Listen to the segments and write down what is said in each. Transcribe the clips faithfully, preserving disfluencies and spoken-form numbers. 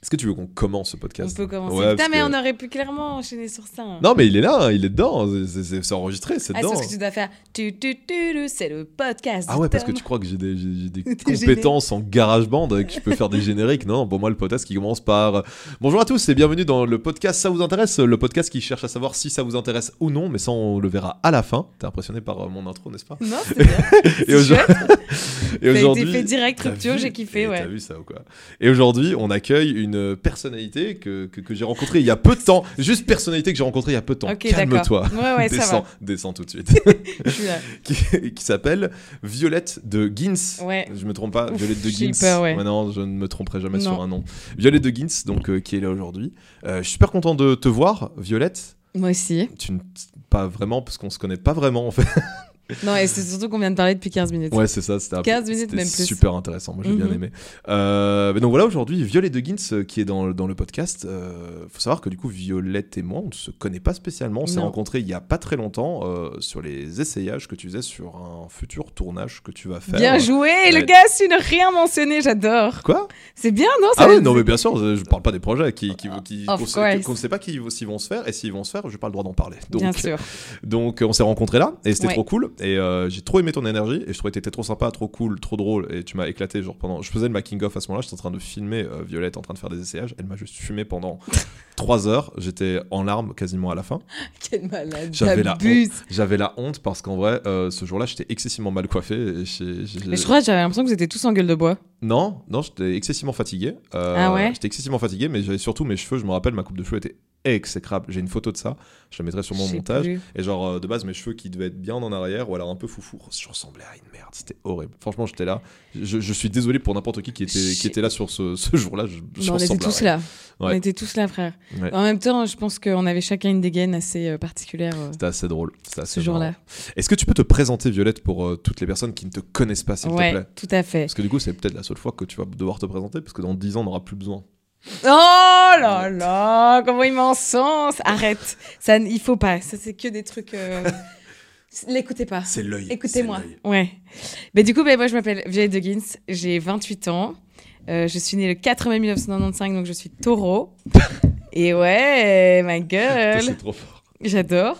Est-ce que tu veux qu'on commence ce podcast ? On peut commencer. Ouais, Putain, mais que... on aurait pu clairement enchaîner sur ça. Hein. Non, mais il est là, hein, il est dedans. C'est, c'est, c'est enregistré, c'est ah, dedans. c'est ce que tu dois faire. Tu, tu, tu, tu, c'est le podcast. Ah ouais, parce que tu crois que j'ai des, j'ai, j'ai des compétences en GarageBand et que je peux faire des génériques. Non, pour moi, le podcast qui commence par... Bonjour à tous et bienvenue dans le podcast Ça vous intéresse ? Le podcast qui cherche à savoir si ça vous intéresse ou non, mais ça, on le verra à la fin. T'es impressionné par mon intro, n'est-ce pas ? Non, c'est bien. et, c'est aujourd'hui... et aujourd'hui... Ça a été fait direct, rupture, j'ai kiffé, ouais. T'as vu ça ou quoi ? Et aujourd'hui, on accueille une personnalité que, que, que j'ai rencontrée il y a peu de temps. Juste personnalité que j'ai rencontrée il y a peu de temps. Okay, calme-toi. Ouais, ouais, descends, ça va. descends tout de suite. Je suis là. qui, qui s'appelle Violette de Ginz. Ouais. Je me trompe pas, Ouf, Violette de j'ai Ginz. peur, ouais. Ouais, non, je ne me tromperai jamais non. sur un nom. Violette de Ginz, donc euh, qui est là aujourd'hui. Euh, je suis super content de te voir, Violette. Moi aussi. Tu ne... Pas vraiment, parce qu'on se connaît pas vraiment en fait. Non, et c'est surtout qu'on vient de parler depuis quinze minutes. Ouais, c'est ça. C'était quinze minutes, c'était même plus. Super intéressant. Moi, j'ai mm-hmm. bien aimé. Euh, mais donc voilà, aujourd'hui, Violette de Ginz euh, qui est dans, dans le podcast. Euh, faut savoir que du coup, Violette et moi, on ne se connaît pas spécialement. On s'est rencontrés il y a pas très longtemps euh, sur les essayages que tu faisais sur un futur tournage que tu vas faire. Bien joué, ouais. Le gars su ne rien mentionner, j'adore. Quoi ? C'est bien, non ça Ah ouais, non, mais bien sûr, je parle pas des projets qui, qui, qui, qu'on, sait, qu'on ne sait pas qui, s'ils vont se faire, et s'ils vont se faire, j'ai pas le droit d'en parler. Donc, bien sûr. Donc, on s'est rencontrés là, et c'était ouais. trop cool, et euh, j'ai trop aimé ton énergie, et je trouvais que t'étais trop sympa, trop cool, trop drôle, et tu m'as éclaté, genre pendant... Je faisais le making-of à ce moment-là, j'étais en train de filmer euh, Violette en train de faire des essayages, elle m'a juste fumé pendant trois heures, j'étais en larmes quasiment à la fin. Quelle malade, j'avais la, honte, j'avais la honte, parce qu'en vrai, euh, ce jour-là, j'étais excessivement mal coiffé, et j'ai, j'ai... Mais je crois que j'avais l'impression que vous étiez tous en gueule de bois. Non, non, j'étais excessivement fatigué. Euh, ah ouais J'étais excessivement fatigué, mais j'avais surtout mes cheveux, je me rappelle, ma coupe de cheveux était exécrable. J'ai une photo de ça, je la mettrai sur mon montage. Plus. Et genre, euh, de base, mes cheveux qui devaient être bien en arrière, ou alors un peu foufou. Je ressemblais à une merde, c'était horrible. Franchement, j'étais là. Je, je suis désolé pour n'importe qui qui était, qui était là sur ce, ce jour-là. Je, je non, on était tous là. Ouais. On était tous là, frère. Ouais. En même temps, je pense qu'on avait chacun une dégaine assez euh, particulière. Euh, c'était assez drôle. C'était assez ce jour-là. Marrant. Est-ce que tu peux te présenter, Violette, pour euh, toutes les personnes qui ne te connaissent pas, s'il ouais, te plaît ? Tout à fait. Parce que du coup, c'est peut-être la seule fois que tu vas devoir te présenter, parce que dans dix ans, on n'aura plus besoin. Oh là là, comment il m'encense. Arrête, ça, il faut pas, ça c'est que des trucs... Euh... L'écoutez pas. C'est l'œil. Écoutez-moi. C'est l'œil. Ouais. Mais du coup, bah, moi je m'appelle Violette de Ginz, j'ai vingt-huit ans, euh, je suis née le quatre mai mille neuf cent quatre-vingt-quinze, donc je suis taureau. Et ouais, ma gueule. C'est trop fort. J'adore.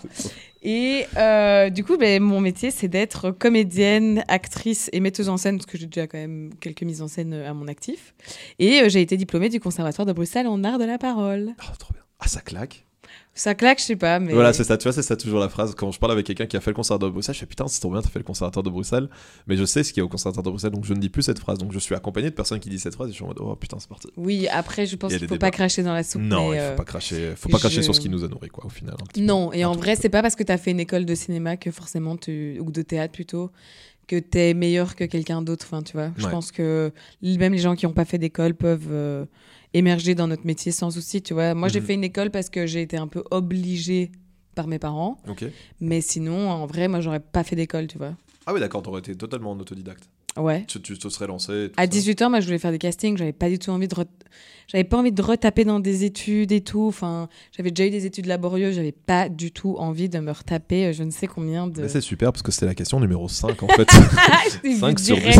Et euh, du coup, bah, mon métier, c'est d'être comédienne, actrice et metteuse en scène, parce que j'ai déjà quand même quelques mises en scène à mon actif. Et euh, j'ai été diplômée du Conservatoire de Bruxelles en art de la parole. Oh, trop bien. Ah, ça claque. Ça claque, je sais pas, mais... Voilà, c'est ça, tu vois, c'est ça toujours la phrase. Quand je parle avec quelqu'un qui a fait le Conservatoire de Bruxelles, je fais putain, c'est trop bien, t'as fait le Conservatoire de Bruxelles. Mais je sais ce qu'il y a au Conservatoire de Bruxelles, donc je ne dis plus cette phrase. Donc je suis accompagné de personnes qui disent cette phrase et je suis en mode, oh putain, c'est parti. Oui, après, je pense qu'il faut débats. pas cracher dans la soupe. Non, mais il faut euh, pas cracher, faut pas cracher je... sur ce qui nous a nourris, quoi, au final. Non, et en vrai, c'est pas parce que t'as fait une école de cinéma que forcément, tu... ou de théâtre plutôt, que t'es meilleur que quelqu'un d'autre. Enfin, tu vois, je ouais. pense que même les gens qui n'ont pas fait d'école peuvent... Euh... émerger dans notre métier sans souci, tu vois. Moi, mm-hmm. j'ai fait une école parce que j'ai été un peu obligée par mes parents. Okay. Mais sinon, en vrai, moi, j'aurais pas fait d'école, tu vois. Ah oui, d'accord, t'aurais été totalement en autodidacte. Ouais. Tu, tu te serais lancé. À dix-huit ans, moi, je voulais faire des castings. J'avais pas du tout envie de... Re... J'avais pas envie de retaper dans des études et tout. Enfin, j'avais déjà eu des études laborieuses. J'avais pas du tout envie de me retaper je ne sais combien de... Mais c'est super, parce que c'était la question numéro cinq, en fait. cinq sur dix.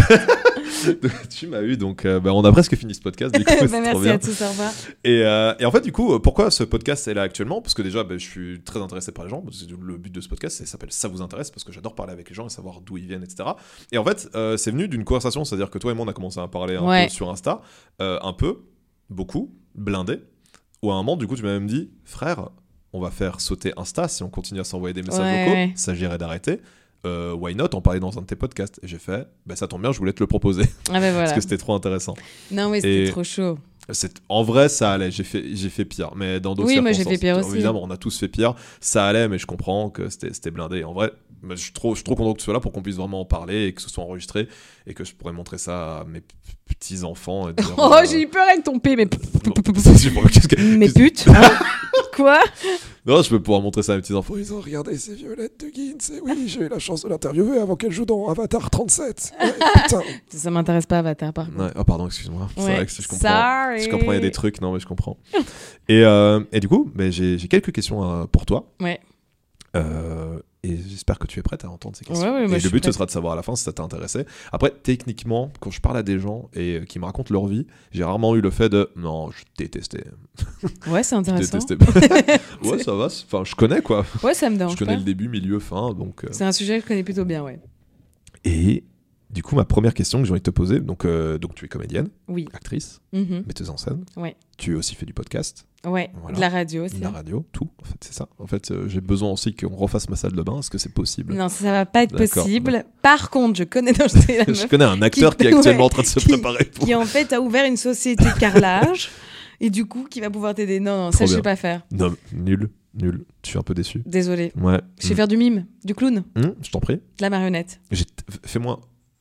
Tu m'as eu, donc euh, bah, on a presque fini ce podcast. Du coup, bah, merci bien. à tous, au revoir. Et, euh, et en fait, du coup, pourquoi ce podcast est là actuellement ? Parce que déjà, bah, je suis très intéressé par les gens. Parce que le but de ce podcast, ça s'appelle Ça vous intéresse, parce que j'adore parler avec les gens et savoir d'où ils viennent, et cetera. Et en fait, euh, c'est venu d'une conversation, c'est-à-dire que toi et moi, on a commencé à parler un ouais. peu sur Insta, euh, un peu, beaucoup, blindé. Où à un moment, du coup, tu m'as même dit, frère, on va faire sauter Insta si on continue à s'envoyer des messages ouais, vocaux. Ouais. Ça s'agirait d'arrêter. Euh, why not en parler dans un de tes podcasts ? Et j'ai fait, bah, ça tombe bien, je voulais te le proposer. Ah bah voilà. Parce que c'était trop intéressant. Non, mais c'était et trop chaud. C'est... En vrai, ça allait. J'ai fait, j'ai fait pire. Mais dans d'autres oui, circonstances. Oui, moi j'ai fait pire aussi. Évidemment, on a tous fait pire. Ça allait, mais je comprends que c'était, c'était blindé. En vrai, je suis trop, je suis trop content que tu sois là pour qu'on puisse vraiment en parler et que ce soit enregistré et que je pourrais montrer ça à mes p- petits-enfants. Et dire, oh, euh... j'ai eu peur avec ton P, mais... que... mais pute hein. Quoi ? Non, je peux pouvoir montrer ça à mes petits-enfants. Ils ont regardé, c'est Violette de Ginz. Et oui, j'ai eu la chance de l'interviewer avant qu'elle joue dans Avatar trente-sept. Ouais, putain. Ça m'intéresse pas, Avatar, par contre. Ouais. Oh, pardon, excuse-moi. C'est ouais. vrai que je comprends. Sorry. Je comprends, il y a des trucs. Non, mais je comprends. et, euh, et du coup, mais j'ai, j'ai quelques questions euh, pour toi. Ouais. Euh, Et j'espère que tu es prête à entendre ces questions. Ouais, ouais, moi, et je le but, prête. ce sera de savoir à la fin si ça t'a intéressé. Après, techniquement, quand je parle à des gens et euh, qui me racontent leur vie, j'ai rarement eu le fait de « Non, je détestais. » Ouais, c'est intéressant. Je détestais. Ouais, ça va. Enfin, je connais, quoi. Ouais, ça me dérange Je connais pas. le début, milieu, fin. Donc, euh... C'est un sujet que je connais plutôt bien, ouais. Et du coup, ma première question que j'ai envie de te poser, donc, euh, donc tu es comédienne, oui. actrice, mm-hmm. metteuse en scène. Ouais. Tu as aussi fait du podcast. Ouais, voilà. De la radio aussi. De la radio, tout, en fait, c'est ça. En fait, euh, j'ai besoin aussi qu'on refasse ma salle de bain. Est-ce que c'est possible ? Non, ça va pas être D'accord. possible. Par contre, je connais, non, je, la meuf je connais un acteur qui, qui est actuellement ouais, en train de se qui, préparer pour... qui en fait a ouvert une société de carrelage et du coup qui va pouvoir t'aider. Non, non, Trop ça bien. Je sais pas faire. Non, nul, nul. Je suis un peu déçu. Désolée. Ouais. Je sais mmh. faire du mime, du clown. Mmh, je t'en prie. De la marionnette. J'ai t... Fais-moi...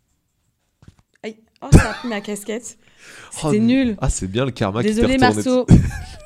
Aïe. Oh, ça a pris ma casquette. C'était oh, nul. Ah, c'est bien le karma Désolé, qui t'est retourné. Marceau.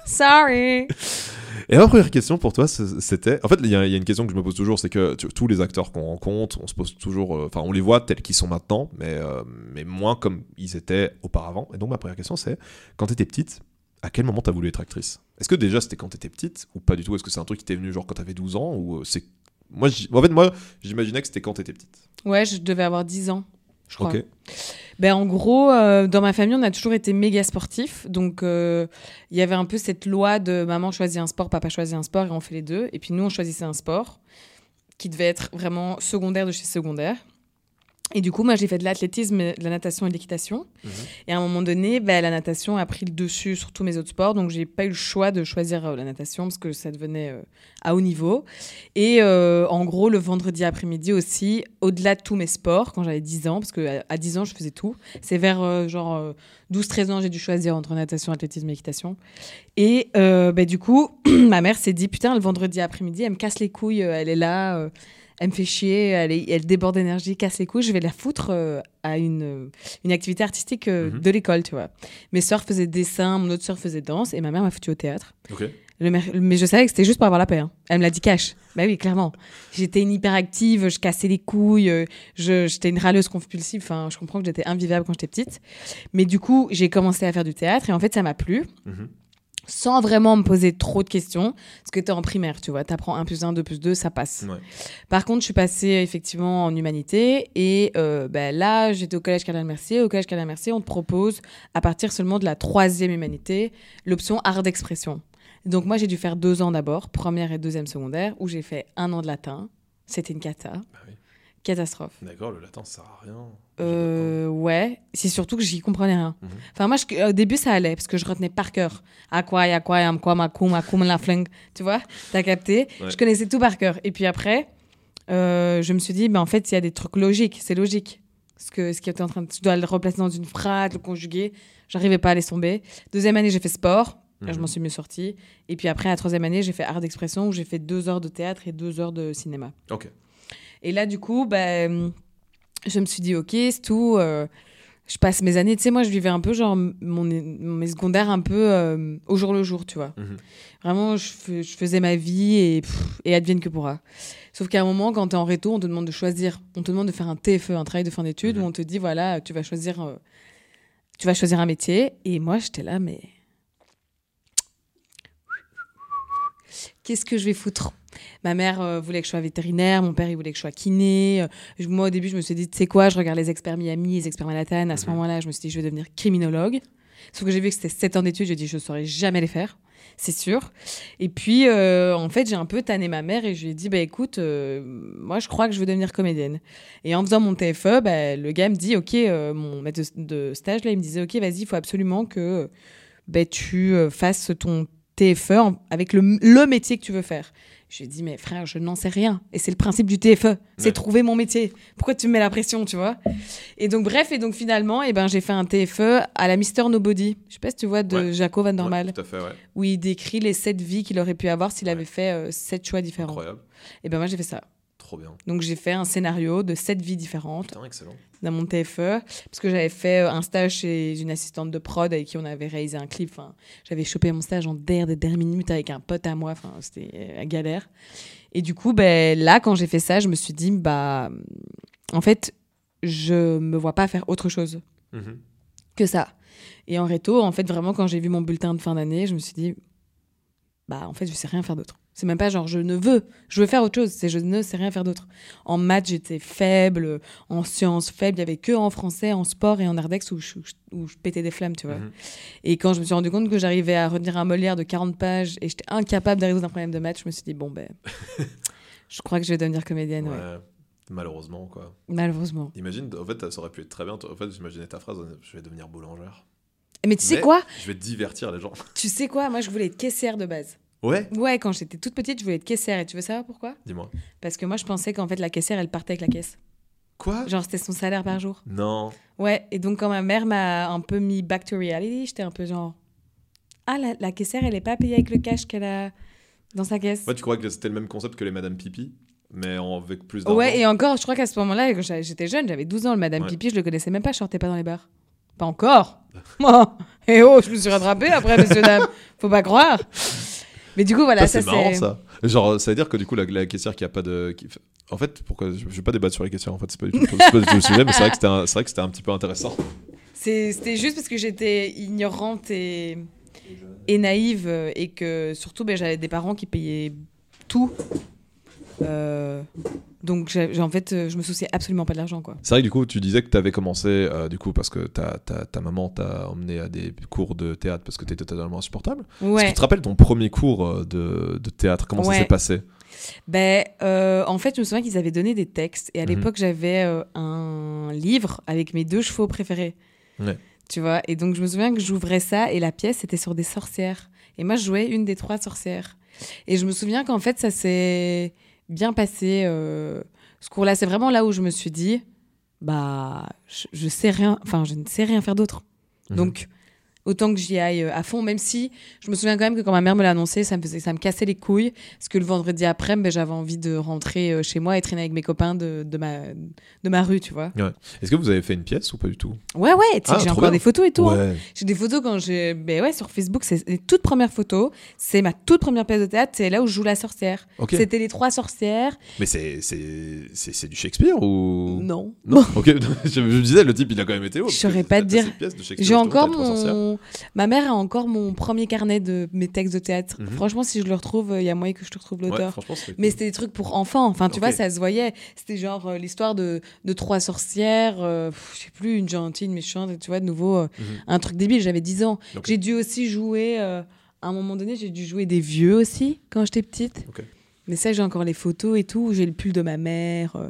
Sorry. Et ma première question pour toi, c'était... En fait, il y, y a une question que je me pose toujours, c'est que tu, tous les acteurs qu'on rencontre, on se pose toujours... Enfin, euh, on les voit tels qu'ils sont maintenant, mais, euh, mais moins comme ils étaient auparavant. Et donc, ma première question, c'est, quand tu étais petite, à quel moment tu as voulu être actrice ? Est-ce que déjà, c'était quand tu étais petite, ou pas du tout ? Est-ce que c'est un truc qui t'est venu genre quand tu avais douze ans ou c'est... Moi, en fait, moi, j'imaginais que c'était quand tu étais petite. Ouais, je devais avoir dix ans, je crois. Ok. Ben, en gros, euh, dans ma famille, on a toujours été méga sportifs. Donc, il euh, y avait un peu cette loi de maman choisit un sport, papa choisit un sport, et on fait les deux. Et puis nous, on choisissait un sport qui devait être vraiment secondaire de chez secondaire. Et du coup, moi, j'ai fait de l'athlétisme, de la natation et de l'équitation. Mmh. Et à un moment donné, ben, la natation a pris le dessus sur tous mes autres sports. Donc, j'ai pas eu le choix de choisir euh, la natation parce que ça devenait euh, à haut niveau. Et euh, en gros, le vendredi après-midi aussi, au-delà de tous mes sports, quand j'avais dix ans, parce qu'à à dix ans, je faisais tout. C'est vers euh, genre euh, douze treize ans, j'ai dû choisir entre natation, athlétisme et équitation. Et euh, ben, du coup, ma mère s'est dit, putain, le vendredi après-midi, elle me casse les couilles, elle est là... Euh, Elle me fait chier, elle, est, elle déborde d'énergie, casse les couilles, je vais la foutre euh, à une, une activité artistique euh, mm-hmm. de l'école, tu vois. Mes sœurs faisaient dessin, mon autre sœur faisait danse, et ma mère m'a foutue au théâtre. Okay. Le mer- mais je savais que c'était juste pour avoir la paix. Hein. Elle me l'a dit cash. Bah oui, clairement. J'étais une hyperactive, je cassais les couilles, je, j'étais une râleuse compulsive, enfin, je comprends que j'étais invivable quand j'étais petite. Mais du coup, j'ai commencé à faire du théâtre, et en fait, ça m'a plu. Mm-hmm. Sans vraiment me poser trop de questions, parce que t'es en primaire, tu vois, t'apprends un plus un, deux plus deux, ça passe. Ouais. Par contre, je suis passée effectivement en humanité, et euh, ben là, j'étais au collège Cardinal-Mercier. Au collège Cardinal-Mercier, on te propose, à partir seulement de la troisième humanité, l'option art d'expression. Donc moi, j'ai dû faire deux ans d'abord, première et deuxième secondaire, où j'ai fait un an de latin. C'était une cata. Bah oui. Catastrophe. D'accord, le latin, ça sert à rien. Euh, ouais, c'est surtout que j'y comprenais rien. Mm-hmm. Enfin, moi, je, au début, ça allait, parce que je retenais par cœur. Aqua, aqua, amqua, makum, makum, la flingue. Tu vois, t'as capté. Ouais. Je connaissais tout par cœur. Et puis après, euh, je me suis dit, ben, en fait, il y a des trucs logiques. C'est logique. Parce que ce qui était en train de... Tu dois le replacer dans une phrase, le conjuguer. J'arrivais pas à laisser tomber. Deuxième année, j'ai fait sport. Là, mm-hmm. je m'en suis mieux sortie. Et puis après, la troisième année, j'ai fait art d'expression, où j'ai fait deux heures de théâtre et deux heures de cinéma. Ok. Et là, du coup, ben... je me suis dit, ok, c'est tout. Euh, je passe mes années. Tu sais, moi, je vivais un peu, genre, mon, mes secondaires un peu euh, au jour le jour, tu vois. Mm-hmm. Vraiment, je, je faisais ma vie et, pff, et advienne que pourra. Sauf qu'à un moment, quand t'es en réto, on te demande de choisir. On te demande de faire un T F E, un travail de fin d'études, mm-hmm. où on te dit, voilà, tu vas choisir, euh, tu vas choisir un métier. Et moi, j'étais là, mais... qu'est-ce que je vais foutre ? Ma mère euh, voulait que je sois vétérinaire, mon père il voulait que je sois kiné. Euh, je, moi au début je me suis dit, tu sais quoi, je regarde les experts Miami, les experts Manhattan. À mm-hmm. ce moment-là, je me suis dit, je vais devenir criminologue. Sauf que j'ai vu que c'était sept ans d'études, j'ai dit, je ne saurais jamais les faire, c'est sûr. Et puis euh, en fait, j'ai un peu tanné ma mère et je lui ai dit, bah écoute, euh, moi je crois que je veux devenir comédienne. Et en faisant mon T F E, bah, le gars me dit, ok, euh, mon maître de, de stage là, il me disait, ok, vas-y, il faut absolument que bah, tu euh, fasses ton T F E en, avec le, le métier que tu veux faire. Je lui ai dit, mais frère, je n'en sais rien. Et c'est le principe du T F E, c'est ouais. trouver mon métier. Pourquoi tu me mets la pression, tu vois ? Et donc, bref, et donc finalement, eh ben, j'ai fait un T F E à la mister Nobody. Je sais pas si tu vois, de ouais. Jaco Van Dormael. Ouais, tout à fait, ouais. Où il décrit les sept vies qu'il aurait pu avoir s'il ouais. avait fait euh, sept choix différents. Incroyable. Et ben moi, j'ai fait ça. Trop bien. Donc, j'ai fait un scénario de sept vies différentes. Putain, excellent. Dans mon T F E, parce que j'avais fait un stage chez une assistante de prod avec qui on avait réalisé un clip. Enfin, j'avais chopé mon stage en der des dernières minutes avec un pote à moi. Enfin, c'était la galère. Et du coup, ben, là, quand j'ai fait ça, je me suis dit, bah, en fait, je me vois pas faire autre chose mm-hmm. que ça. Et en réto, en fait, vraiment, quand j'ai vu mon bulletin de fin d'année, je me suis dit, bah, en fait, je sais rien faire d'autre. C'est même pas genre je ne veux, je veux faire autre chose, c'est je ne sais rien faire d'autre. En maths, j'étais faible, en sciences faible, il y avait que en français, en sport et en ardex où je, où je pétais des flammes, tu vois. Mm-hmm. Et quand je me suis rendu compte que j'arrivais à retenir un Molière de quarante pages et j'étais incapable de résoudre un problème de maths, je me suis dit bon ben, je crois que je vais devenir comédienne. Ouais. ouais. Malheureusement quoi. Malheureusement. Imagine, en fait, ça aurait pu être très bien. En fait, j'imaginais ta phrase, je vais devenir boulangère. Mais tu sais Mais quoi je vais divertir les gens. Tu sais quoi Moi, je voulais être caissière de base. Ouais Ouais, quand j'étais toute petite, je voulais être caissière. Et tu veux savoir pourquoi ? Dis-moi. Parce que moi, je pensais qu'en fait, la caissière, elle partait avec la caisse. Quoi ? Genre, c'était son salaire par jour. Non. Ouais, et donc quand ma mère m'a un peu mis back to reality, j'étais un peu genre... Ah, la, la caissière, elle est pas payée avec le cash qu'elle a dans sa caisse. Ouais, tu crois que c'était le même concept que les Madame Pipi, mais en, avec plus d'argent. Ouais, et encore, je crois qu'à ce moment-là, quand j'étais jeune, j'avais douze ans, le Madame ouais. Pipi, je le connaissais même pas, je sortais pas dans les bars. Pas encore. Moi, et oh, je me suis rattrapée après, messieurs, dames. Faut pas croire. Mais du coup, voilà, ça, ça c'est... C'est marrant, ça. Genre, ça veut dire que du coup, la, la caissière qui a pas de... Qui... En fait, pourquoi... Je vais pas débattre sur les caissières, en fait, c'est pas du tout, c'est pas du tout le sujet, mais c'est vrai que c'était un, c'est vrai que c'était un petit peu intéressant. C'est, c'était juste parce que j'étais ignorante et, et naïve, et que surtout, ben, j'avais des parents qui payaient tout. Euh... Donc, j'ai, en fait, je me souciais absolument pas de l'argent, quoi. C'est vrai que du coup, tu disais que tu avais commencé, euh, du coup, parce que ta, ta, ta maman t'a emmené à des cours de théâtre parce que tu étais totalement insupportable. Ouais. Est-ce que tu te rappelles ton premier cours de, de théâtre ? Comment ouais. ça s'est passé ? Ben, euh, en fait, je me souviens qu'ils avaient donné des textes. Et à l'époque, mmh. j'avais euh, un livre avec mes deux chevaux préférés. Ouais. Tu vois ? Et donc, je me souviens que j'ouvrais ça et la pièce, c'était sur des sorcières. Et moi, je jouais une des trois sorcières. Et je me souviens qu'en fait, ça s'est... bien passé euh, ce cours-là. C'est vraiment là où je me suis dit, bah, je, je sais rien, enfin, je ne sais rien faire d'autre. Mmh. Donc, autant que j'y aille à fond, même si je me souviens quand même que quand ma mère me l'a annoncé, ça me faisait, ça me cassait les couilles, parce que le vendredi après, ben, j'avais envie de rentrer chez moi et traîner avec mes copains de, de, ma, de ma rue, tu vois. Ouais. Est-ce que vous avez fait une pièce ou pas du tout ? Ouais, ouais, tu sais ah, que j'ai encore bien. Des photos et tout. Ouais. Hein. J'ai des photos quand j'ai... Ben ouais, sur Facebook, c'est les toutes premières photos. C'est ma toute première pièce de théâtre, c'est là où je joue la sorcière. Okay. C'était les trois sorcières. Mais c'est, c'est, c'est, c'est du Shakespeare ou... Non. Non, ok. je me disais, le type, il a quand même été haut. Je saurais pas te dire. J'ai encore mon... Ma mère a encore mon premier carnet de mes textes de théâtre. Mm-hmm. Franchement, si je le retrouve, il y a moyen que je te retrouve l'auteur. Ouais, c'est mais c'était des trucs pour enfants. Enfin, tu okay. vois, ça se voyait. C'était genre euh, l'histoire de, de trois sorcières, euh, je sais plus, une gentille, une méchante, tu vois, de nouveau, euh, mm-hmm. un truc débile. J'avais dix ans. Okay. J'ai dû aussi jouer, euh, à un moment donné, j'ai dû jouer des vieux aussi, quand j'étais petite. Okay. Mais ça, j'ai encore les photos et tout. J'ai le pull de ma mère. Euh,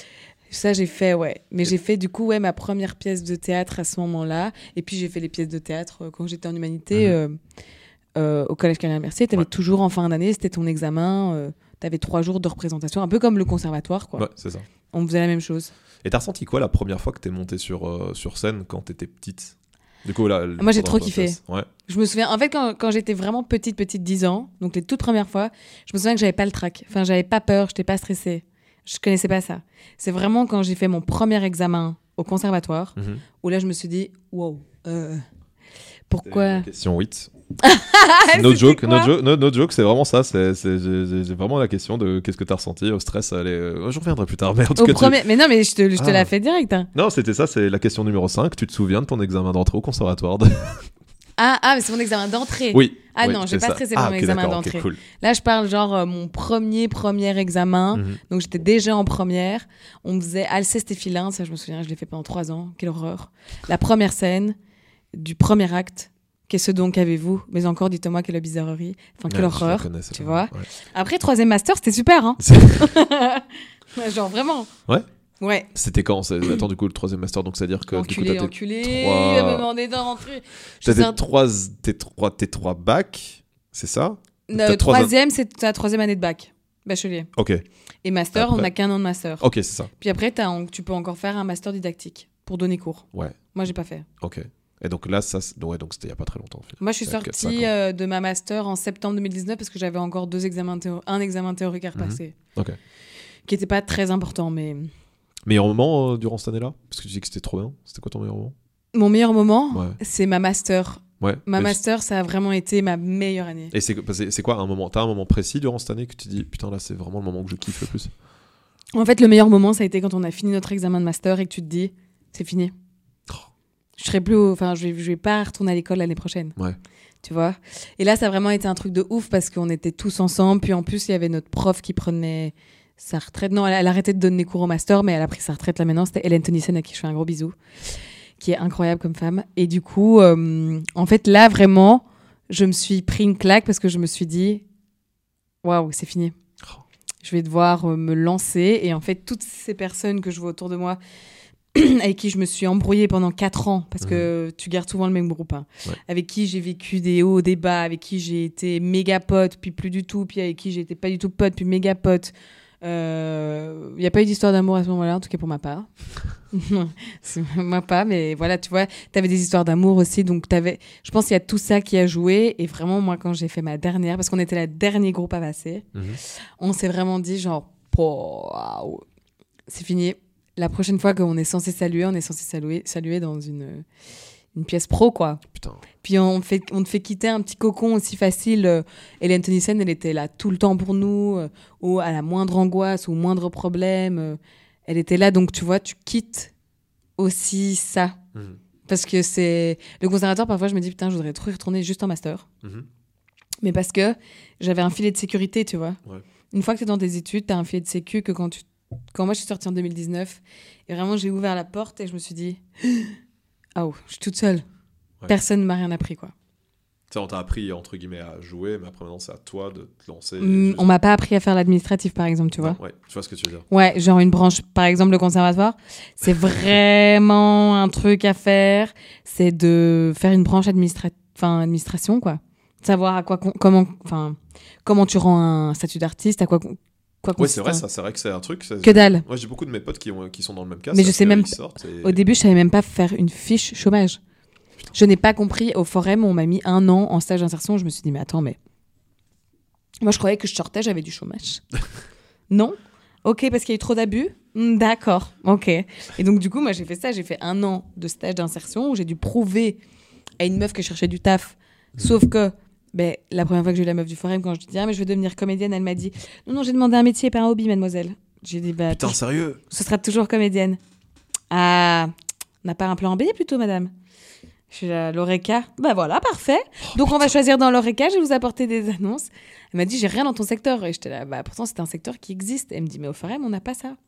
Ça, j'ai fait, ouais. Mais et... j'ai fait, du coup, ouais, ma première pièce de théâtre à ce moment-là. Et puis, j'ai fait les pièces de théâtre euh, quand j'étais en humanité, mmh. euh, euh, au Collège Carrière-Mercier. Tu avais ouais. toujours, en fin d'année, c'était ton examen. Euh, tu avais trois jours de représentation, un peu comme le conservatoire, quoi. Ouais, c'est ça. On faisait la même chose. Et t'as ressenti quoi la première fois que t'es montée sur, euh, sur scène quand t'étais petite ? Du coup, là, moi, j'ai trop kiffé. Ouais. Je me souviens, en fait, quand, quand j'étais vraiment petite, petite, dix ans, donc les toutes premières fois, je me souviens que j'avais pas le trac. Enfin, j'avais pas peur, j'étais pas stressée. Je connaissais pas ça. C'est vraiment quand j'ai fait mon premier examen au conservatoire, mmh. où là, je me suis dit, wow, euh, pourquoi... Question huit. no, joke, no, joke, no, no joke, c'est vraiment ça. C'est, c'est, j'ai, j'ai vraiment la question de qu'est-ce que t'as ressenti au stress. Allez, euh, je reviendrai plus tard. Mais, en tout au cas, premier... tu... mais non, mais je te, je te ah. la fais direct. Hein. Non, c'était ça, c'est la question numéro cinq. Tu te souviens de ton examen d'entrée au conservatoire de... Ah, ah, mais c'est mon examen d'entrée. Oui. Ah oui, non, j'ai pas ça. stressé ah, pour mon okay, examen d'accord, d'entrée. Okay, cool. Là, je parle genre euh, mon premier, premier examen. Mm-hmm. Donc, j'étais déjà en première. On me faisait Alceste-et-Filin, ça, je me souviens, je l'ai fait pendant trois ans. Quelle horreur. La première scène du premier acte. Qu'est-ce donc avez-vous ? Mais encore, dites-moi quelle bizarrerie. Enfin, quelle ouais, horreur. Connais, tu vois. Ouais. Après, troisième master, c'était super. Hein. Genre, vraiment. Ouais. Ouais. C'était quand c'est... Attends, du coup, le troisième master, donc c'est-à-dire que enculé, du coup, enculé, trois... il me demandé d'entrer. T'as tes trois, tes trois, tes trois bacs, c'est ça ? Le troisième, c'est ta troisième année de bac, bachelier. Ok. Et master, après... on n'a qu'un an de master. Ok, c'est ça. Puis après, t'as, tu peux encore faire un master didactique pour donner cours. Ouais. Moi, j'ai pas fait. Ok. Et donc là, ça, ouais, donc c'était il y a pas très longtemps. En fait. Moi, je suis sortie euh, de ma master en septembre deux mille dix-neuf parce que j'avais encore deux examens théor... un examen théorique à repasser. Mm-hmm. Ok. Qui était pas très important, mais. Meilleur moment euh, durant cette année-là ? Parce que tu dis que c'était trop bien. C'était quoi ton meilleur moment ? Mon meilleur moment, ouais. c'est ma master. Ouais. Ma master, ça a vraiment été ma meilleure année. Et c'est, c'est, c'est quoi un moment ? T'as un moment précis durant cette année que tu dis putain là c'est vraiment le moment que je kiffe le plus ? En fait, le meilleur moment, ça a été quand on a fini notre examen de master et que tu te dis c'est fini. Je serai plus, enfin, je vais, je vais pas retourner à l'école l'année prochaine. Ouais. Tu vois. Et là, ça a vraiment été un truc de ouf parce qu'on était tous ensemble. Puis en plus, il y avait notre prof qui prenait sa retraite. Non, elle, elle a arrêté de donner cours au master, mais elle a pris sa retraite là maintenant. C'était Hélène Tonissen, à qui je fais un gros bisou, qui est incroyable comme femme. Et du coup, euh, en fait, là, vraiment, je me suis pris une claque parce que je me suis dit, waouh, c'est fini. Oh. Je vais devoir euh, me lancer. Et en fait, toutes ces personnes que je vois autour de moi, avec qui je me suis embrouillée pendant quatre ans, parce mmh. que tu gardes souvent le même groupe, hein. Ouais. Avec qui j'ai vécu des hauts, des bas, avec qui j'ai été méga pote, puis plus du tout, puis avec qui j'étais pas du tout pote, puis méga pote. Il euh, n'y a pas eu d'histoire d'amour à ce moment-là, en tout cas pour ma part. Moi pas, mais voilà, tu vois, tu avais des histoires d'amour aussi, donc t'avais... je pense qu'il y a tout ça qui a joué, et vraiment, moi, quand j'ai fait ma dernière, parce qu'on était le dernier groupe à passer, mmh. on s'est vraiment dit genre, wow, c'est fini. La prochaine fois qu'on est censé saluer, on est censé saluer, saluer dans une, une pièce pro, quoi. Putain. Puis on, fait, on te fait quitter un petit cocon aussi facile. Euh, Hélène Tonissen, elle était là tout le temps pour nous, euh, ou à la moindre angoisse ou moindre problème. Euh, elle était là, donc tu vois, tu quittes aussi ça. Mmh. Parce que c'est... Le conservatoire, parfois, je me dis, putain, je voudrais trop y retourner juste en master. Mmh. Mais parce que j'avais un filet de sécurité, tu vois. Ouais. Une fois que tu es dans tes études, tu as un filet de sécu que quand tu... Quand moi, je suis sortie en deux mille dix-neuf, et vraiment, j'ai ouvert la porte et je me suis dit, ah, oh, je suis toute seule. Ouais. Personne ne m'a rien appris, quoi. Ça, on t'a appris, entre guillemets, à jouer, mais après, maintenant, c'est à toi de te lancer. Mmh, juste... On m'a pas appris à faire l'administratif, par exemple, tu vois. Non, ouais, tu vois ce que tu veux dire. Ouais, genre une branche, par exemple, le conservatoire, c'est vraiment un truc à faire. C'est de faire une branche administra... enfin, administration, quoi. Savoir à quoi, comment, enfin, comment tu rends un statut d'artiste, à quoi... Oui, c'est vrai, ça, c'est vrai que c'est un truc. C'est... Que dalle. Moi, j'ai beaucoup de mes potes qui, ont, qui sont dans le même cas. Mais je sais même. P- et... Au début, je savais même pas faire une fiche chômage. Putain. Je n'ai pas compris. Au Forum, on m'a mis un an en stage d'insertion. Je me suis dit, mais attends, mais. Moi, je croyais que je sortais, j'avais du chômage. Non ? Ok, parce qu'il y a eu trop d'abus ? mmh, D'accord, ok. Et donc, du coup, moi, j'ai fait ça. J'ai fait un an de stage d'insertion où j'ai dû prouver à une meuf que je cherchais du taf. Sauf que. Ben, la première fois que j'ai eu la meuf du Forum, quand je lui ai dit ah, mais je veux devenir comédienne, elle m'a dit non, non, j'ai demandé un métier et pas un hobby, mademoiselle. J'ai dit bah. Putain, sérieux ? Ce sera toujours comédienne. Ah, on n'a pas un plan B plutôt, madame ? Je suis là, l'Oreca. Bah voilà, parfait. Oh, Donc putain. On va choisir dans l'Oreca, je vais vous apporter des annonces. Elle m'a dit j'ai rien dans ton secteur. Et j'étais là, bah pourtant c'est un secteur qui existe. Elle me dit mais au Forum, on n'a pas ça.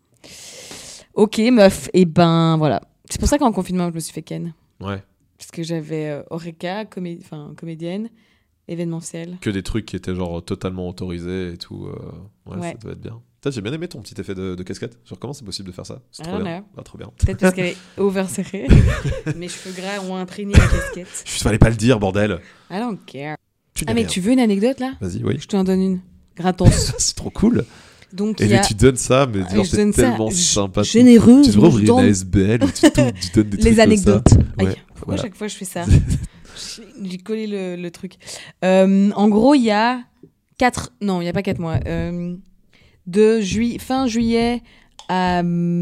Ok, meuf. Et ben voilà. C'est pour ça qu'en confinement, je me suis fait ken. Ouais. Parce que j'avais euh, Oreca, comé- comédienne. Événementiel. Que des trucs qui étaient genre totalement autorisés et tout. Euh... Ouais, ouais, ça doit être bien. Putain, j'ai bien aimé ton petit effet de, de casquette. Genre, comment c'est possible de faire ça ? C'est trop ah, bien. Ah, trop bien. Peut-être parce qu'elle est over-serrée. Mes cheveux gras ont imprégné la casquette. Je fallait pas le dire, bordel. I don't care. Ah, mais tu veux une anecdote là ? Vas-y, oui. Je t'en donne une. Gratos. C'est trop cool. Donc, et y a... tu donnes ça, mais genre, c'est tellement sympa. Généreux. Tu devrais ouvrir une A S B L où tu, tu donnes des trucs. Les anecdotes. Ouais, Aïe, pourquoi voilà. chaque fois je fais ça ? J'ai collé le, le truc. Euh, en gros, il y a quatre... Non, il n'y a pas quatre mois. Euh, de jui... fin juillet à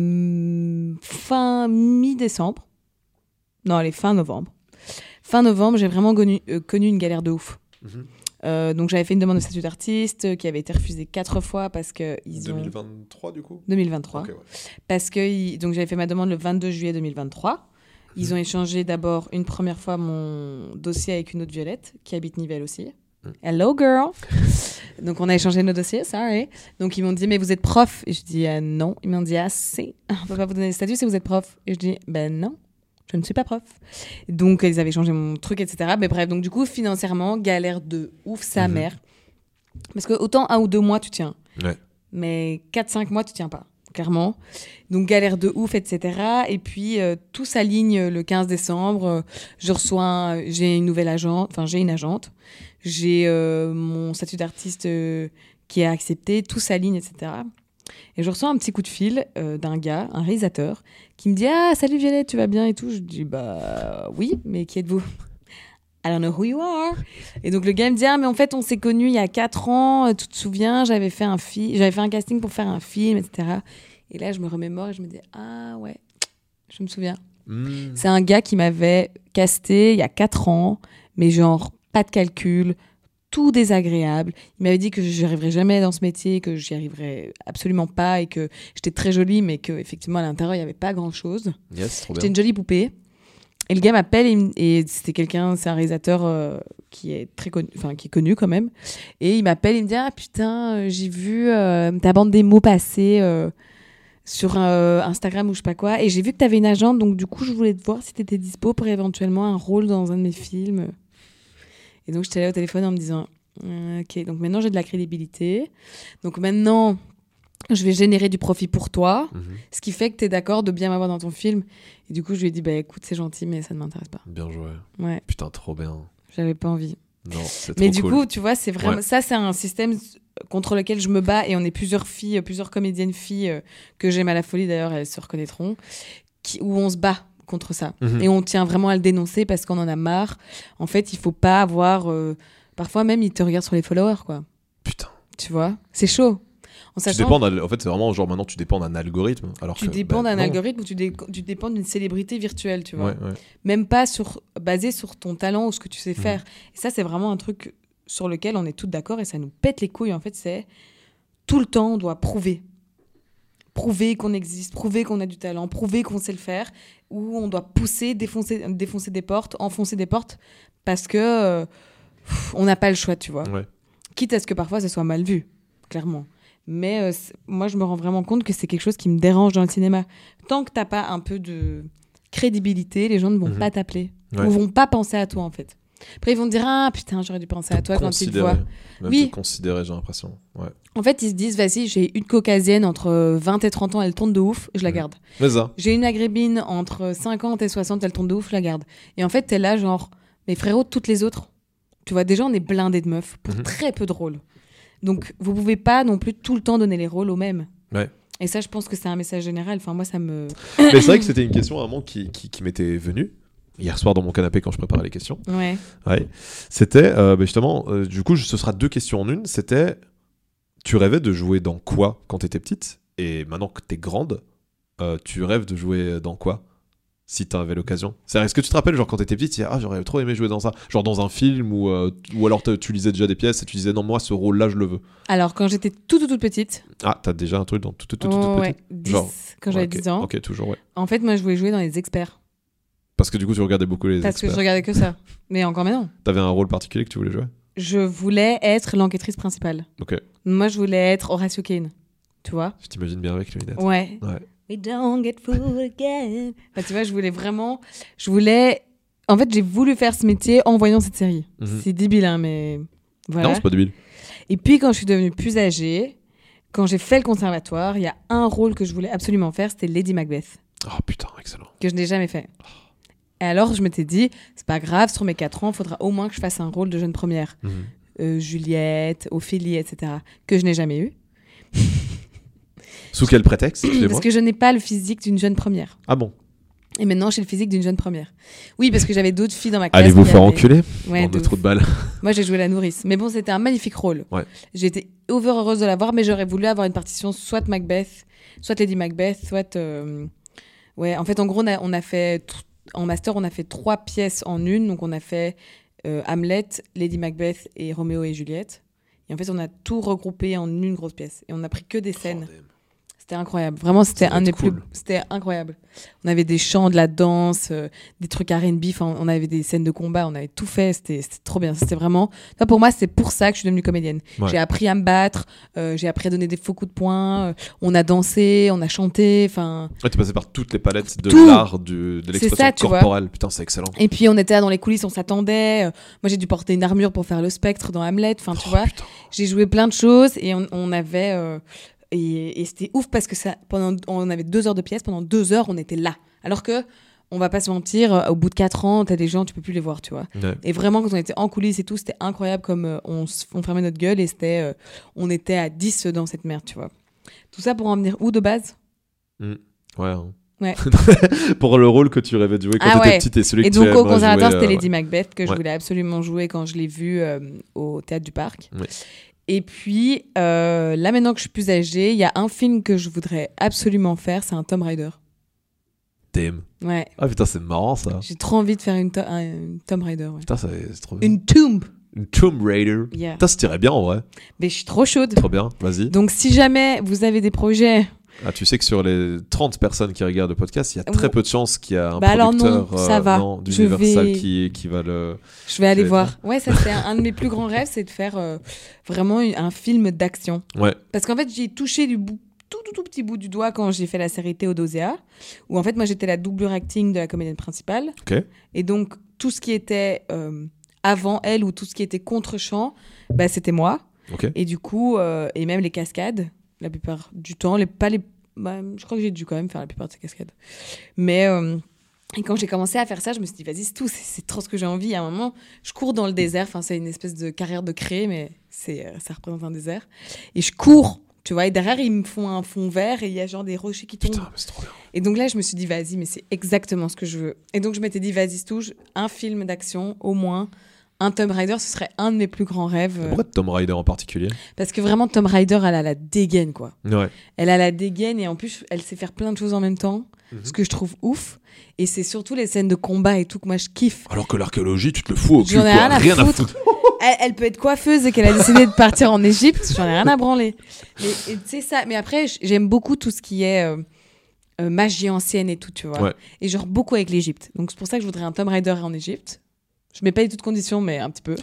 hum, fin mi-décembre. Non, allez, fin novembre. Fin novembre, j'ai vraiment connu, euh, connu une galère de ouf. Mm-hmm. Euh, donc, j'avais fait une demande de statut d'artiste euh, qui avait été refusée quatre fois parce que... Ils deux mille vingt-trois, ont... du coup deux mille vingt-trois. Okay, ouais. Parce que... Ils... Donc, j'avais fait ma demande le vingt-deux juillet deux mille vingt-trois. Ils ont échangé d'abord une première fois mon dossier avec une autre Violette qui habite Nivelles aussi. Mm. Hello girl. Donc on a échangé nos dossiers, sorry. Donc ils m'ont dit mais vous êtes prof ? Et je dis euh, non. Ils m'ont dit ah c'est, on peut pas vous donner le statut si vous êtes prof. Et je dis ben non, je ne suis pas prof. Donc ils avaient changé mon truc et cetera. Mais bref donc du coup financièrement galère de ouf sa mm-hmm. mère. Parce que autant un ou deux mois tu tiens, ouais. mais quatre cinq mois tu tiens pas. Clairement. Donc, galère de ouf, et cetera. Et puis, euh, tout s'aligne le quinze décembre. Euh, je reçois, euh, j'ai une nouvelle agente, enfin, j'ai une agente. J'ai euh, mon statut d'artiste euh, qui est accepté. Tout s'aligne, et cetera. Et je reçois un petit coup de fil euh, d'un gars, un réalisateur, qui me dit « Ah, salut Violette, tu vas bien ?» et tout. Je dis « Bah, oui, mais qui êtes-vous ?» I don't know who you are. Et donc le gars me dit ah mais en fait on s'est connus il y a quatre ans, tu te souviens, j'avais fait un film, j'avais fait un casting pour faire un film, et cetera. Et là je me remémore et je me dis ah ouais, je me souviens. Mmh. C'est un gars qui m'avait casté il y a quatre ans, mais genre pas de calcul, tout désagréable. Il m'avait dit que je n'y arriverais jamais dans ce métier, que j'y arriverais absolument pas et que j'étais très jolie, mais que effectivement à l'intérieur il y avait pas grand chose. Yes, trop j'étais bien. Une jolie poupée. Et le gars m'appelle et, et c'était quelqu'un, c'est un réalisateur euh, qui est très connu, enfin qui est connu quand même. Et il m'appelle, il me dit ah putain, euh, j'ai vu euh, ta bande démo passer euh, sur euh, Instagram ou je sais pas quoi, et j'ai vu que t'avais une agente, donc du coup je voulais te voir si t'étais dispo pour éventuellement un rôle dans un de mes films. Et donc j'étais là au téléphone en me disant euh, ok, donc maintenant j'ai de la crédibilité, donc maintenant je vais générer du profit pour toi, mmh. ce qui fait que t'es d'accord de bien m'avoir dans ton film. Et du coup, je lui ai dit, bah écoute, c'est gentil, mais ça ne m'intéresse pas. Bien joué. Ouais. Putain, trop bien. J'avais pas envie. Non, c'est trop Mais du cool. coup, tu vois, c'est vraiment... Ouais. Ça, c'est un système contre lequel je me bats, et on est plusieurs filles, plusieurs comédiennes filles, euh, que j'aime à la folie, d'ailleurs, elles se reconnaîtront, qui... où on se bat contre ça. Mmh. Et on tient vraiment à le dénoncer parce qu'on en a marre. En fait, il faut pas avoir... Euh... Parfois, même, ils te regardent sur les followers, quoi. Putain. Tu vois, c'est chaud. En, sachant... tu dépends d'un... en fait, c'est vraiment genre maintenant tu dépends d'un algorithme. Alors tu que, dépends bah, d'un non. algorithme ou tu, dé... tu dépends d'une célébrité virtuelle, tu vois. Ouais, ouais. Même pas sur... basé sur ton talent ou ce que tu sais faire. Mmh. Et ça, c'est vraiment un truc sur lequel on est toutes d'accord et ça nous pète les couilles. En fait, c'est tout le temps, on doit prouver. Prouver qu'on existe, prouver qu'on a du talent, prouver qu'on sait le faire. Ou on doit pousser, défoncer, défoncer des portes, enfoncer des portes parce que euh, pff, on n'a pas le choix, tu vois. Ouais. Quitte à ce que parfois ça soit mal vu, clairement. Mais euh, moi, je me rends vraiment compte que c'est quelque chose qui me dérange dans le cinéma. Tant que t'as pas un peu de crédibilité, les gens ne vont mmh. pas t'appeler. Ouais. Ou vont pas penser à toi, en fait. Après, ils vont te dire « Ah, putain, j'aurais dû penser à toi quand ils te voient. » Même oui. te considérer, j'ai l'impression. Ouais. En fait, ils se disent « Vas-y, j'ai une caucasienne entre vingt et trente ans, elle tourne de ouf, je la garde. Mmh. » Mais ça. J'ai une maghrébine entre cinquante et soixante, elle tourne de ouf, je la garde. Et en fait, t'es là, genre « Mais frérot, toutes les autres. » Tu vois, déjà, on est blindés de meufs pour mmh. très peu de rôles. Donc, vous pouvez pas non plus tout le temps donner les rôles aux mêmes. Ouais. Et ça, je pense que c'est un message général. Enfin, moi, ça me... Mais c'est vrai que c'était une question, vraiment, qui, qui, qui m'était venue hier soir dans mon canapé quand je préparais les questions. Ouais. Ouais. C'était, euh, bah justement, euh, du coup, ce sera deux questions en une. C'était, tu rêvais de jouer dans quoi quand t'étais petite ? Et maintenant que t'es grande, euh, tu rêves de jouer dans quoi ? Si t'avais l'occasion. C'est-à-dire, est-ce que tu te rappelles, genre quand t'étais petite, tu disais, ah, j'aurais trop aimé jouer dans ça, genre dans un film, ou, euh, ou alors tu lisais déjà des pièces et tu disais, non, moi, ce rôle-là, je le veux. Alors, quand j'étais toute, toute, toute petite. Ah, t'as déjà un truc dans toute, toute, toute, oh, toute ouais, petite dix, genre, quand j'avais ouais, okay. dix ans. Ok, toujours, ouais. En fait, moi, je voulais jouer dans Les Experts. Parce que du coup, tu regardais beaucoup les Parce experts. que je regardais que ça. Mais encore maintenant. T'avais un rôle particulier que tu voulais jouer ? Je voulais être l'enquêtrice principale. Ok. Moi, je voulais être Horatio Kane. Tu vois ? Je t'imagine bien avec les lunettes. Ouais. Ouais. We don't get fooled again. Enfin, tu vois, je voulais vraiment... Je voulais... En fait, j'ai voulu faire ce métier en voyant cette série. Mm-hmm. C'est débile, hein, mais... Voilà. Non, c'est pas débile. Et puis, quand je suis devenue plus âgée, quand j'ai fait le conservatoire, il y a un rôle que je voulais absolument faire, c'était Lady Macbeth. Oh putain, excellent. Que je n'ai jamais fait. Oh. Et alors, je m'étais dit, c'est pas grave, sur mes quatre ans, il faudra au moins que je fasse un rôle de jeune première. Mm-hmm. Euh, Juliette, Ophélie, et cetera. Que je n'ai jamais eu. Sous quel prétexte ? Parce que je n'ai pas le physique d'une jeune première. Ah bon ? Et maintenant, j'ai le physique d'une jeune première. Oui, parce que j'avais d'autres filles dans ma classe. Allez vous faire avaient... enculer ? Ouais, de trop de balles. Moi, j'ai joué la nourrice. Mais bon, c'était un magnifique rôle. Ouais. J'ai été over heureuse de l'avoir, mais j'aurais voulu avoir une partition soit Macbeth, soit Lady Macbeth, soit... Euh... Ouais, en fait, en gros, on a, on a fait... En master, on a fait trois pièces en une. Donc, on a fait euh, Hamlet, Lady Macbeth et Roméo et Juliette. Et en fait, on a tout regroupé en une grosse pièce. Et on n'a pris que des scènes. Oh, c'était incroyable. Vraiment, c'était un des cool. plus... C'était incroyable. On avait des chants, de la danse, euh, des trucs R and B. Enfin, on avait des scènes de combat. On avait tout fait. C'était, c'était trop bien. C'était vraiment... Enfin, pour moi, c'est pour ça que je suis devenue comédienne. Ouais. J'ai appris à me battre. Euh, j'ai appris à donner des faux coups de poing. Euh, on a dansé. On a chanté. Enfin... Ouais, t'es passé par toutes les palettes de tout. l'art, du, de l'expression ça, corporelle. Vois. Putain, c'est excellent. Et puis, on était là dans les coulisses. On s'attendait. Euh, moi, j'ai dû porter une armure pour faire le spectre dans Hamlet. Enfin, tu oh, vois. Putain. J'ai joué plein de choses. Et on, on avait... Euh, Et, et c'était ouf parce que ça, pendant, on avait deux heures de pièce, pendant deux heures, on était là. Alors que, on va pas se mentir, au bout de quatre ans, t'as des gens, tu peux plus les voir, tu vois. Ouais. Et vraiment, quand on était en coulisses et tout, c'était incroyable comme euh, on, on fermait notre gueule et c'était, euh, on était à dix dans cette merde, tu vois. Tout ça pour en venir où de base ? mmh. Ouais. Hein. Ouais. Pour le rôle que tu rêvais de jouer quand ah t'étais ouais. petite et celui et que donc, tu aimerais jouer. Et donc, au conservatoire, euh, c'était Lady ouais. Macbeth que je ouais. voulais absolument jouer quand je l'ai vue euh, au Théâtre du Parc. Ouais. Et puis, euh, là, maintenant que je suis plus âgée, il y a un film que je voudrais absolument faire, c'est un Tomb Raider. Damn. Ouais. Ah putain, c'est marrant ça. J'ai trop envie de faire une, to- un, une Tomb Raider. Ouais. Putain, ça, c'est trop bien. Une Tomb. Une Tomb Raider. Yeah. Putain, ça tirait bien en vrai. Mais je suis trop chaude. Trop bien, vas-y. Donc, si jamais vous avez des projets Ah, tu sais que sur les trente personnes qui regardent le podcast, il y a très peu de chances qu'il y a un bah producteur alors non, ça va. non, d'Universal vais... qui, qui va le... Je vais aller voir. Ouais, ça c'est un, un de mes plus grands rêves, c'est de faire euh, vraiment un film d'action. Ouais. Parce qu'en fait, j'ai touché du bout, tout, tout, tout petit bout du doigt quand j'ai fait la série Théodosia, où en fait, moi j'étais la doublure acting de la comédienne principale. Ok. Et donc, tout ce qui était euh, avant elle ou tout ce qui était contre-champ, bah, c'était moi. Okay. Et du coup, euh, et même les cascades, la plupart du temps, les, pas les, bah, je crois que j'ai dû quand même faire la plupart de ces cascades. Mais euh, et quand j'ai commencé à faire ça, je me suis dit, vas-y, c'est tout, c'est, c'est trop ce que j'ai envie. À un moment, je cours dans le désert, enfin, c'est une espèce de carrière de craie, mais c'est, euh, ça représente un désert. Et je cours, tu vois, et derrière, ils me font un fond vert et il y a genre des rochers qui tombent. Putain, mais c'est trop bien. Et donc là, je me suis dit, vas-y, mais c'est exactement ce que je veux. Et donc, je m'étais dit, vas-y, c'est tout, un film d'action, au moins. Un Tomb Raider, ce serait un de mes plus grands rêves. Pourquoi Tomb Raider en particulier ? Parce que vraiment, Tomb Raider, elle a la dégaine, quoi. Ouais. Elle a la dégaine et en plus, elle sait faire plein de choses en même temps, mm-hmm. ce que je trouve ouf. Et c'est surtout les scènes de combat et tout que moi, je kiffe. Alors que l'archéologie, tu te le fous au cul, j'en ai quoi. Rien à rien foutre. À foutre. elle, elle peut être coiffeuse et qu'elle a décidé de partir en Égypte, j'en ai rien à branler. Et, et c'est ça. Mais après, j'aime beaucoup tout ce qui est euh, euh, magie ancienne et tout, tu vois. Ouais. Et genre beaucoup avec l'Égypte. Donc c'est pour ça que je voudrais un Tomb Raider en Égypte. Je mets pas du tout de conditions, mais un petit peu.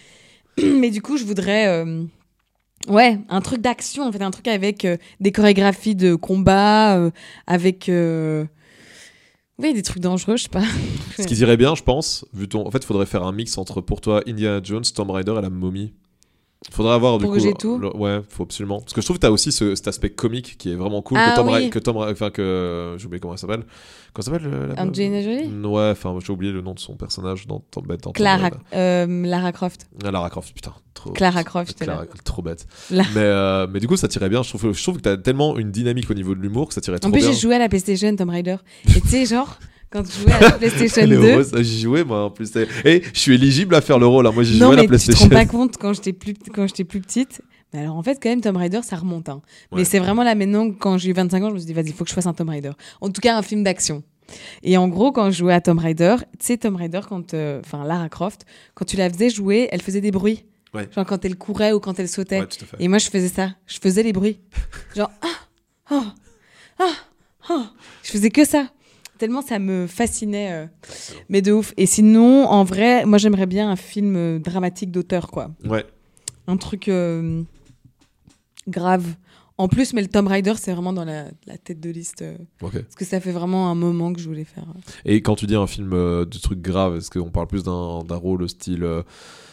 Mais du coup, je voudrais... Euh, ouais, un truc d'action, en fait. Un truc avec euh, des chorégraphies de combat, euh, avec... Euh, oui, des trucs dangereux, je sais pas. Ce qui dirait bien, je pense, vu ton... En fait, il faudrait faire un mix entre, pour toi, Indiana Jones, Tomb Raider et la momie. Faudrait avoir du pour coup. Que j'ai tout. Le... Ouais, faut absolument. Parce que je trouve que t'as aussi ce, cet aspect comique qui est vraiment cool. Ah, que Tom, oui. Ra... que Tom, Ra... enfin que j'ai oublié comment elle s'appelle. Comment elle s'appelle la... Angelina Jolie. Ouais, enfin j'ai oublié le nom de son personnage dans Tom Bête. Clara, euh, Lara Croft. Ah, Lara Croft, putain, trop. Clara Croft, Clara... trop bête. La... Mais euh, mais du coup ça tirait bien. Je trouve, je trouve que t'as tellement une dynamique au niveau de l'humour que ça tirait trop bien. En plus bien. j'ai joué à la PlayStation Tomb Raider. Et tu sais genre. Quand je jouais à la PlayStation deux. Heureuse, j'y jouais moi en plus. Et je suis éligible à faire le rôle. Hein. Moi j'y non, jouais à la PlayStation. Non mais tu te PlayStation. rends pas compte quand j'étais plus quand j'étais plus petite. Mais alors en fait quand même Tomb Raider ça remonte. Hein. Ouais. Mais c'est vraiment là maintenant quand j'ai eu vingt-cinq ans je me suis dit vas-y il faut que je fasse un Tomb Raider. En tout cas un film d'action. Et en gros quand je jouais à Tomb Raider, tu sais Tomb Raider quand enfin euh, Lara Croft quand tu la faisais jouer elle faisait des bruits. Ouais. Genre quand elle courait ou quand elle sautait. Ouais, tout à fait. Et moi je faisais ça. Je faisais les bruits. Genre ah oh ah oh. Je faisais que ça. Tellement ça me fascinait, euh, mais de ouf. Et sinon, en vrai, moi j'aimerais bien un film euh, dramatique d'auteur, quoi. Ouais. Un truc euh, grave. En plus, mais le Tomb Raider, c'est vraiment dans la, la tête de liste. Euh, okay. Parce que ça fait vraiment un moment que je voulais faire. Et quand tu dis un film euh, de trucs graves, est-ce qu'on parle plus d'un, d'un rôle style... Euh...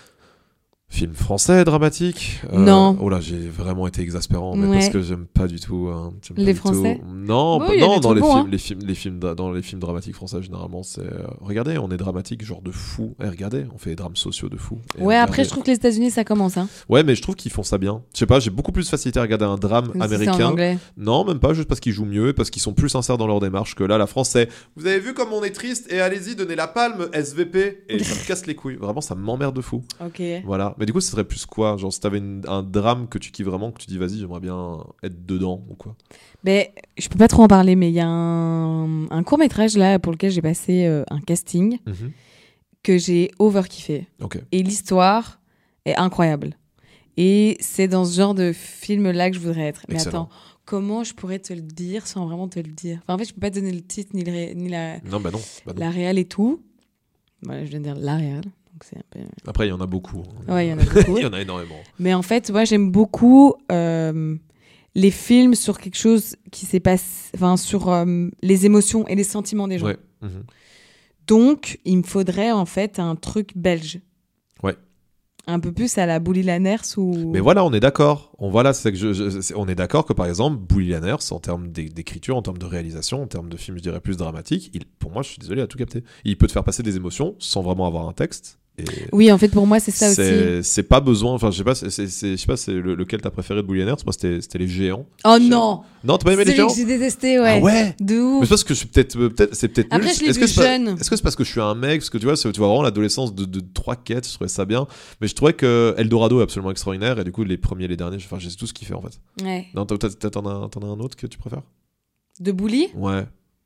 Film français dramatique euh, Non. Oh là, j'ai vraiment été exaspérant, mais ouais. parce que j'aime pas du tout. Hein, les pas du Français tout. Non, oui, bah, non, dans les bons, films, hein. les films, les films, dans les films dramatiques français généralement, c'est. Euh, regardez, on est dramatique, genre de fou. Et regardez, on fait des drames sociaux de fou. Ouais, regardez. après, je trouve que les États-Unis, ça commence. Hein. Ouais, mais je trouve qu'ils font ça bien. Je sais pas, j'ai beaucoup plus de facilité à regarder un drame Comme américain. Si c'est en anglais. Non, même pas, juste parce qu'ils jouent mieux et parce qu'ils sont plus sincères dans leur démarche que là, la France, c'est. Vous avez vu comme on est triste et allez-y, donnez la palme, S V P. Et ça me casse les couilles. Vraiment, ça m'emmerde de fou. Ok. Voilà. Mais du coup, ce serait plus quoi ? Genre, si t'avais une un drame que tu kiffes vraiment, que tu dis vas-y j'aimerais bien être dedans ou quoi. Mais je peux pas trop en parler, mais il y a un, un court-métrage là pour lequel j'ai passé euh, un casting mm-hmm. que j'ai over-kiffé. Okay. Et l'histoire est incroyable. Et c'est dans ce genre de film là que je voudrais être. Mais Excellent. Attends, comment je pourrais te le dire sans vraiment te le dire ? Enfin, en fait, je peux pas te donner le titre ni, le ré... ni la... Non, bah non, bah non. la réal et tout. Voilà, je viens de dire la réal. Donc c'est un peu... Après, il y en a beaucoup. Ouais, il y en a beaucoup. Il y en a énormément. Mais en fait, moi, j'aime beaucoup euh, les films sur quelque chose qui s'est passé, enfin, sur euh, les émotions et les sentiments des gens. Ouais. Mm-hmm. Donc, il me faudrait en fait un truc belge. Ouais. Un peu plus à la Bouli Lanners ou. Mais voilà, on est d'accord. On voilà, c'est que je, je, c'est, on est d'accord que par exemple, Bouli Lanners, en termes d'écriture, en termes de réalisation, en termes de film, je dirais plus dramatique, il, pour moi, je suis désolé, il a tout capté. Il peut te faire passer des émotions sans vraiment avoir un texte. Et oui, en fait, pour moi, c'est ça c'est, aussi. C'est pas besoin. Enfin, je sais pas. C'est, c'est, c'est, je sais pas. C'est le, lequel t'as préféré de Bouli Lanners ? Moi, c'était, c'était les géants. Oh J'ai... non. Non, t'as pas aimé c'est les géants ? Que j'ai détesté, ouais. Ah ouais. De ouf. Mais c'est parce que je suis peut-être, peut-être, c'est peut-être. Après, nul. je l'ai est-ce vu que c'est jeune. Pas, est-ce que c'est parce que je suis un mec, parce que tu vois, c'est, tu vois vraiment l'adolescence de, de trois quêtes. Je trouvais ça bien. Mais je trouvais que Eldorado est absolument extraordinaire et du coup les premiers, les derniers, enfin, j'ai tout ce qu'il fait en fait. Ouais. Non, t'as, t'as, t'en as, t'en as un autre que tu préfères ? De Bouli ? Ouais.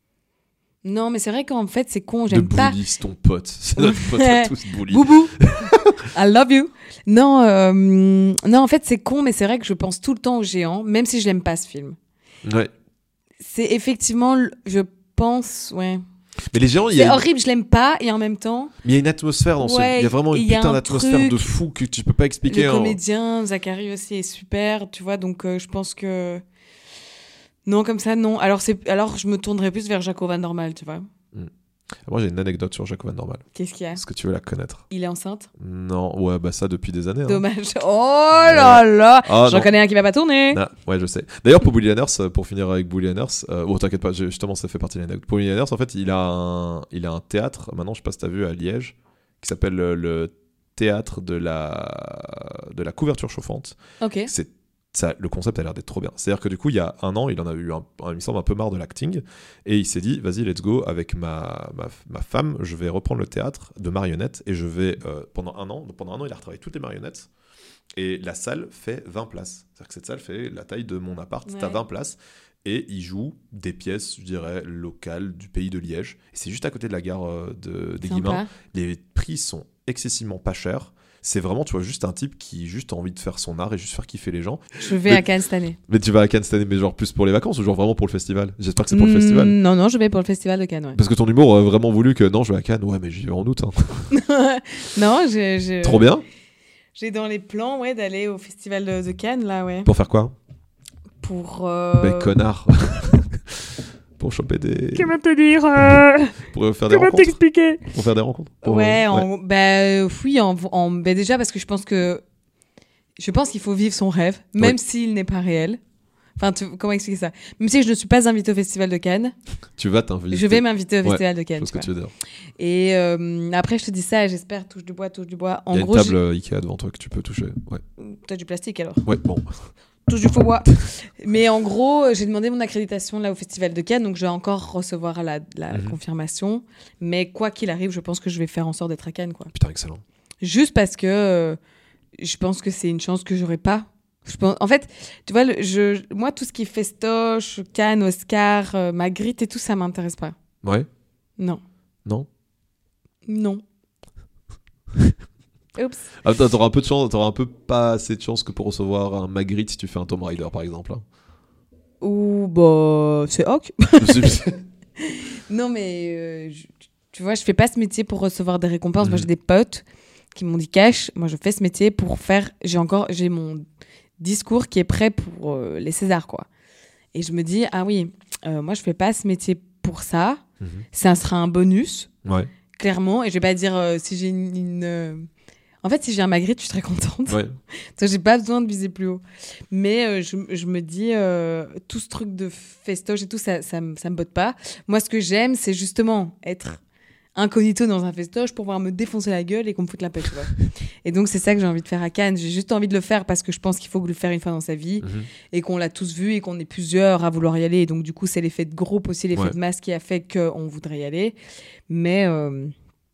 Non, mais c'est vrai qu'en fait, c'est con, j'aime de pas. Bouli, c'est ton pote. C'est notre pote à tous, Bouli. Boubou. I love you. Non, euh, non, en fait, c'est con, mais c'est vrai que je pense tout le temps aux géants, même si je l'aime pas ce film. Ouais. c'est effectivement, je pense, ouais. Mais les géants, c'est y a horrible, je l'aime pas, et en même temps. Mais il y a une atmosphère dans ouais, ce. Il y a vraiment une putain d'atmosphère truc, de fou que tu peux pas expliquer. Le en... comédien, Zachary aussi, est super, tu vois, donc euh, je pense que. Non, comme ça, non. Alors, c'est... Alors je me tournerais plus vers Jaco Van Normal, tu vois. Mm. Moi, j'ai une anecdote sur Jaco Van Normal. Qu'est-ce qu'il y a ? Est-ce que tu veux la connaître ? Il est enceinte ? Non, ouais, bah ça depuis des années. Dommage. Hein. Oh là là ah, J'en non. connais un qui va pas tourner. Ah, ouais, je sais. D'ailleurs, pour Billionaires, pour finir avec Billionaires, euh, oh, t'inquiète pas, justement, ça fait partie de l'anecdote. Pour Billionaires, en fait, il a, un, il a un théâtre, maintenant, je sais pas si t'as vu, à Liège, qui s'appelle le, le théâtre de la, de la couverture chauffante. Ok. C'est Ça, le concept a l'air d'être trop bien. C'est-à-dire que du coup, il y a un an, il en a eu un, un il me semble, un peu marre de l'acting, et il s'est dit, vas-y, let's go, avec ma, ma, ma femme, je vais reprendre le théâtre de marionnettes, et je vais, euh, pendant un an, donc pendant un an, il a retravaillé toutes les marionnettes, et la salle fait vingt places. C'est-à-dire que cette salle fait la taille de mon appart, ouais. T'as vingt places, et il joue des pièces, je dirais, locales du pays de Liège, et c'est juste à côté de la gare euh, de, des Guillemins. Les prix sont excessivement pas chers. C'est vraiment, tu vois, juste un type qui juste a envie de faire son art et juste faire kiffer les gens. Je vais mais, à Cannes cette année. Mais tu vas à Cannes cette année, mais genre plus pour les vacances ou genre vraiment pour le festival ? J'espère que c'est pour mmh, le festival. Non, non, je vais pour le festival de Cannes, ouais. Parce que ton humour a vraiment voulu que non, je vais à Cannes, ouais, mais j'y vais en août. Hein. non, j'ai, j'ai... Trop bien. J'ai dans les plans, ouais, d'aller au festival de, de Cannes, là, ouais. Pour faire quoi ? Pour... Euh... Ben, connard. Pour choper des... Comment te dire euh... Pour faire des Comment rencontres. t'expliquer Pour faire des rencontres. Pour, ouais, euh... en... ouais. bah oui, en, en... Bah, déjà parce que je pense que je pense qu'il faut vivre son rêve, même oui. s'il n'est pas réel. Enfin, tu... comment expliquer ça ? Même si je ne suis pas invitée au Festival de Cannes, tu vas t'inviter. Je vais m'inviter au ouais, Festival de Cannes. Je sais ce que tu veux dire. Et euh, après, je te dis ça, et j'espère touche du bois, touche du bois. En Il y a gros, une table j'ai... Ikea devant toi que tu peux toucher. Ouais. T'as du plastique alors ? Ouais, bon. Touche du faux bois. Mais en gros, j'ai demandé mon accréditation là au Festival de Cannes, donc je vais encore recevoir la, la mm-hmm. confirmation. Mais quoi qu'il arrive, je pense que je vais faire en sorte d'être à Cannes, quoi. Putain, excellent. Juste parce que euh, je pense que c'est une chance que j'aurais pas. Je pense... En fait, tu vois, le, je... moi, tout ce qui est festoche, Cannes, Oscar, euh, Magritte et tout, ça m'intéresse pas. Ouais. Non. Non. Non. Oups. Ah, t'auras un peu de chance, t'auras un peu pas assez de chance que pour recevoir un Magritte si tu fais un Tomb Raider par exemple. Hein. Ou bah c'est ok. Non mais euh, je, tu vois, je fais pas ce métier pour recevoir des récompenses. Mmh. Moi j'ai des potes qui m'ont dit cash. Moi je fais ce métier pour faire. J'ai encore j'ai mon discours qui est prêt pour euh, les Césars quoi. Et je me dis ah oui, euh, moi je fais pas ce métier pour ça. Mmh. Ça sera un bonus. Ouais. Clairement. Et je vais pas dire euh, si j'ai une, une euh, En fait, si j'ai un Magritte, je suis très contente. Ouais. Donc, j'ai pas besoin de viser plus haut. Mais euh, je, je me dis, euh, tout ce truc de festoche et tout, ça, ça, ça me botte pas. Moi, ce que j'aime, c'est justement être incognito dans un festoche pour pouvoir me défoncer la gueule et qu'on me foute la paix, tu vois. Et donc, c'est ça que j'ai envie de faire à Cannes. J'ai juste envie de le faire parce que je pense qu'il faut le faire une fois dans sa vie mm-hmm. et qu'on l'a tous vu et qu'on est plusieurs à vouloir y aller. Et donc, du coup, c'est l'effet de groupe aussi, l'effet ouais. de masse qui a fait qu'on voudrait y aller. Mais... Euh,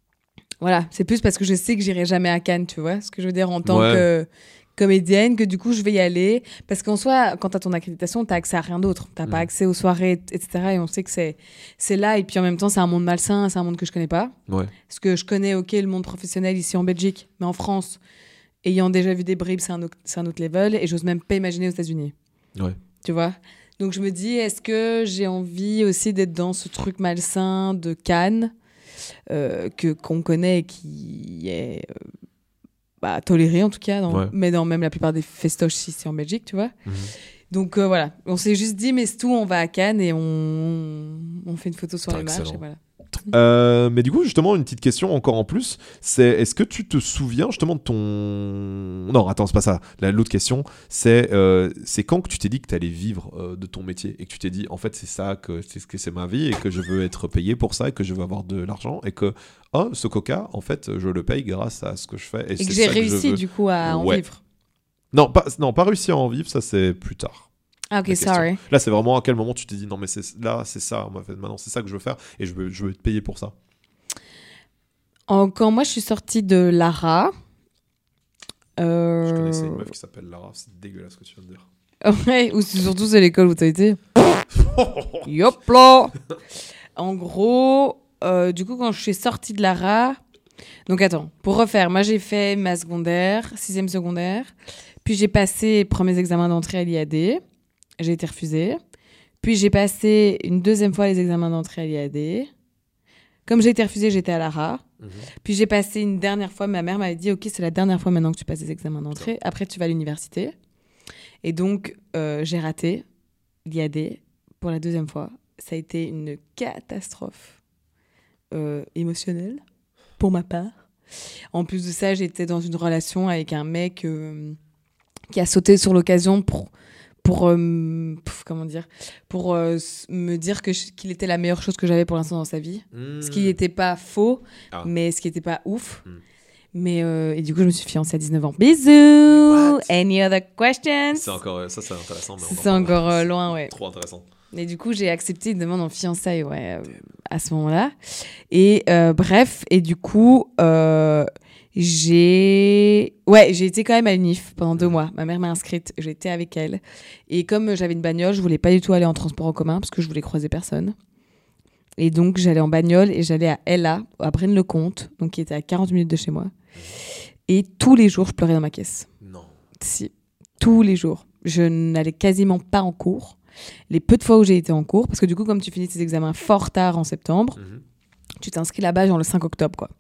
Voilà, c'est plus parce que je sais que j'irai jamais à Cannes, tu vois ce que je veux dire, en tant ouais. que comédienne, que du coup je vais y aller. Parce qu'en soi, quand t'as ton accréditation, t'as accès à rien d'autre. T'as mmh. pas accès aux soirées, et cetera. Et on sait que c'est, c'est là. Et puis en même temps, c'est un monde malsain, c'est un monde que je connais pas. Ouais. Parce que je connais, ok, le monde professionnel ici en Belgique, mais en France, ayant déjà vu des bribes, c'est un autre, c'est un autre level. Et j'ose même pas imaginer aux États-Unis. Ouais. Tu vois ? Donc je me dis, est-ce que j'ai envie aussi d'être dans ce truc malsain de Cannes ? Euh, que, qu'on connaît et qui est euh, bah, toléré en tout cas, dans, ouais. mais dans même la plupart des festoches ici en Belgique, tu vois. Mmh. Donc euh, voilà, on s'est juste dit, mais c'est tout, on va à Cannes et on, on fait une photo sur les marches et voilà. Euh, mais du coup, justement, une petite question encore en plus, c'est est-ce que tu te souviens justement de ton... Non, attends, c'est pas ça. La, l'autre question, c'est, euh, c'est quand que tu t'es dit que tu allais vivre euh, de ton métier et que tu t'es dit, en fait, c'est ça, que c'est, que c'est ma vie et que je veux être payé pour ça et que je veux avoir de l'argent et que, oh, ce coca, en fait, je le paye grâce à ce que je fais. Et, et c'est que j'ai ça réussi, que je veux. Du coup, à en ouais. vivre. Non pas, non, pas réussi à en vivre, ça, c'est plus tard. Ah, ok, sorry. Là, c'est vraiment à quel moment tu t'es dit, non, mais c'est, là, c'est ça, en fait, maintenant, c'est ça que je veux faire et je veux, je veux être payé pour ça. Quand moi je suis sortie de Lara, euh... je connaissais une meuf qui s'appelle Lara, c'est dégueulasse ce que tu viens de dire. Ouais, ou surtout c'est l'école où t'as été. Yop là. En gros, euh, du coup quand je suis sortie de Lara, donc attends, pour refaire, moi j'ai fait ma secondaire, sixième secondaire, puis j'ai passé les premiers examens d'entrée à l'I A D, j'ai été refusée. Puis j'ai passé une deuxième fois les examens d'entrée à l'I A D. Comme j'ai été refusée, j'étais à l'A R A. Mmh. Puis j'ai passé une dernière fois, ma mère m'avait dit « Ok, c'est la dernière fois maintenant que tu passes les examens d'entrée. Après, tu vas à l'université. » Et donc, euh, j'ai raté l'I A D pour la deuxième fois. Ça a été une catastrophe euh, émotionnelle pour ma part. En plus de ça, j'étais dans une relation avec un mec euh, qui a sauté sur l'occasion pour... pour euh, pff, comment dire pour euh, me dire que je, qu'il était la meilleure chose que j'avais pour l'instant dans sa vie, mmh. ce qui n'était pas faux, ah. mais ce qui n'était pas ouf. Mmh. Mais euh, et du coup je me suis fiancée à dix-neuf ans. Bisous. Any other questions? C'est encore ça, c'est intéressant, mais c'est encore euh, loin, ouais. Trop intéressant. Et du coup j'ai accepté une demande en fiançailles, ouais, euh, à ce moment-là. Et euh, bref, et du coup euh, j'ai ouais j'ai été quand même à l'Unif pendant deux mois. Ma mère m'a inscrite, j'étais avec elle. Et comme j'avais une bagnole, je voulais pas du tout aller en transport en commun parce que je voulais croiser personne. Et donc j'allais en bagnole et j'allais à L A, à Braine-le-Comte, donc qui était à quarante minutes de chez moi. Et tous les jours je pleurais dans ma caisse. Non. Si, tous les jours. Je n'allais quasiment pas en cours. Les peu de fois où j'ai été en cours, parce que du coup comme tu finis tes examens fort tard en septembre, mm-hmm. tu t'inscris là-bas genre le cinq octobre quoi.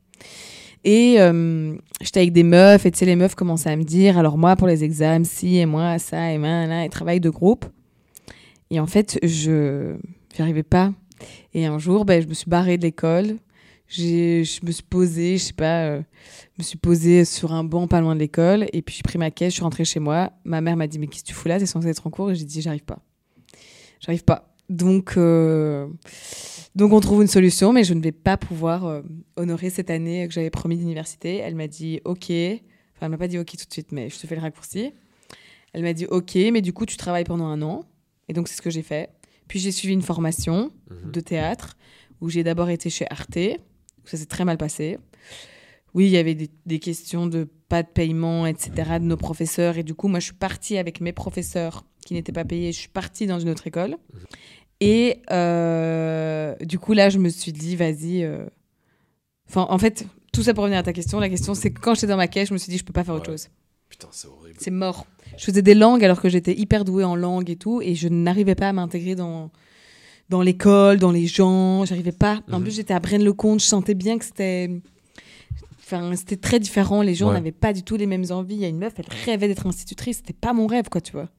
Et euh, j'étais avec des meufs, et tu sais, les meufs commençaient à me dire, alors moi, pour les examens, si, et moi, ça, et là, et travail de groupe. Et en fait, je n'y arrivais pas. Et un jour, ben, je me suis barrée de l'école. J'ai, je me suis posée, je sais pas, euh, je me suis posée sur un banc pas loin de l'école. Et puis, j'ai pris ma caisse, je suis rentrée chez moi. Ma mère m'a dit, mais qu'est-ce que tu fous là? T'es censée être en cours? Et j'ai dit, j'arrive pas. J'arrive pas. Donc, euh, donc, on trouve une solution, mais je ne vais pas pouvoir euh, honorer cette année que j'avais promis d'université. Elle m'a dit OK. Enfin, elle m'a pas dit OK tout de suite, mais je te fais le raccourci. Elle m'a dit OK, mais du coup, tu travailles pendant un an. Et donc, c'est ce que j'ai fait. Puis, j'ai suivi une formation mmh. de théâtre où j'ai d'abord été chez Arte. Où ça s'est très mal passé. Oui, il y avait des, des questions de pas de paiement, et cetera de nos professeurs. Et du coup, moi, je suis partie avec mes professeurs qui n'étaient pas payés. Je suis partie dans une autre école. Mmh. Et euh, du coup, là, je me suis dit, vas-y. Euh... Enfin, en fait, tout ça pour revenir à ta question. La question, c'est que quand j'étais dans ma caisse, je me suis dit, je peux pas faire ouais. autre chose. Putain, c'est horrible. C'est mort. Je faisais des langues alors que j'étais hyper douée en langue et tout. Et je n'arrivais pas à m'intégrer dans, dans l'école, dans les gens. J'arrivais pas. Mm-hmm. En plus, j'étais à Braine-le-Comte. Je sentais bien que c'était... Enfin, c'était très différent. Les gens ouais. n'avaient pas du tout les mêmes envies. Il y a une meuf, elle rêvait d'être institutrice. C'était pas mon rêve, quoi, tu vois.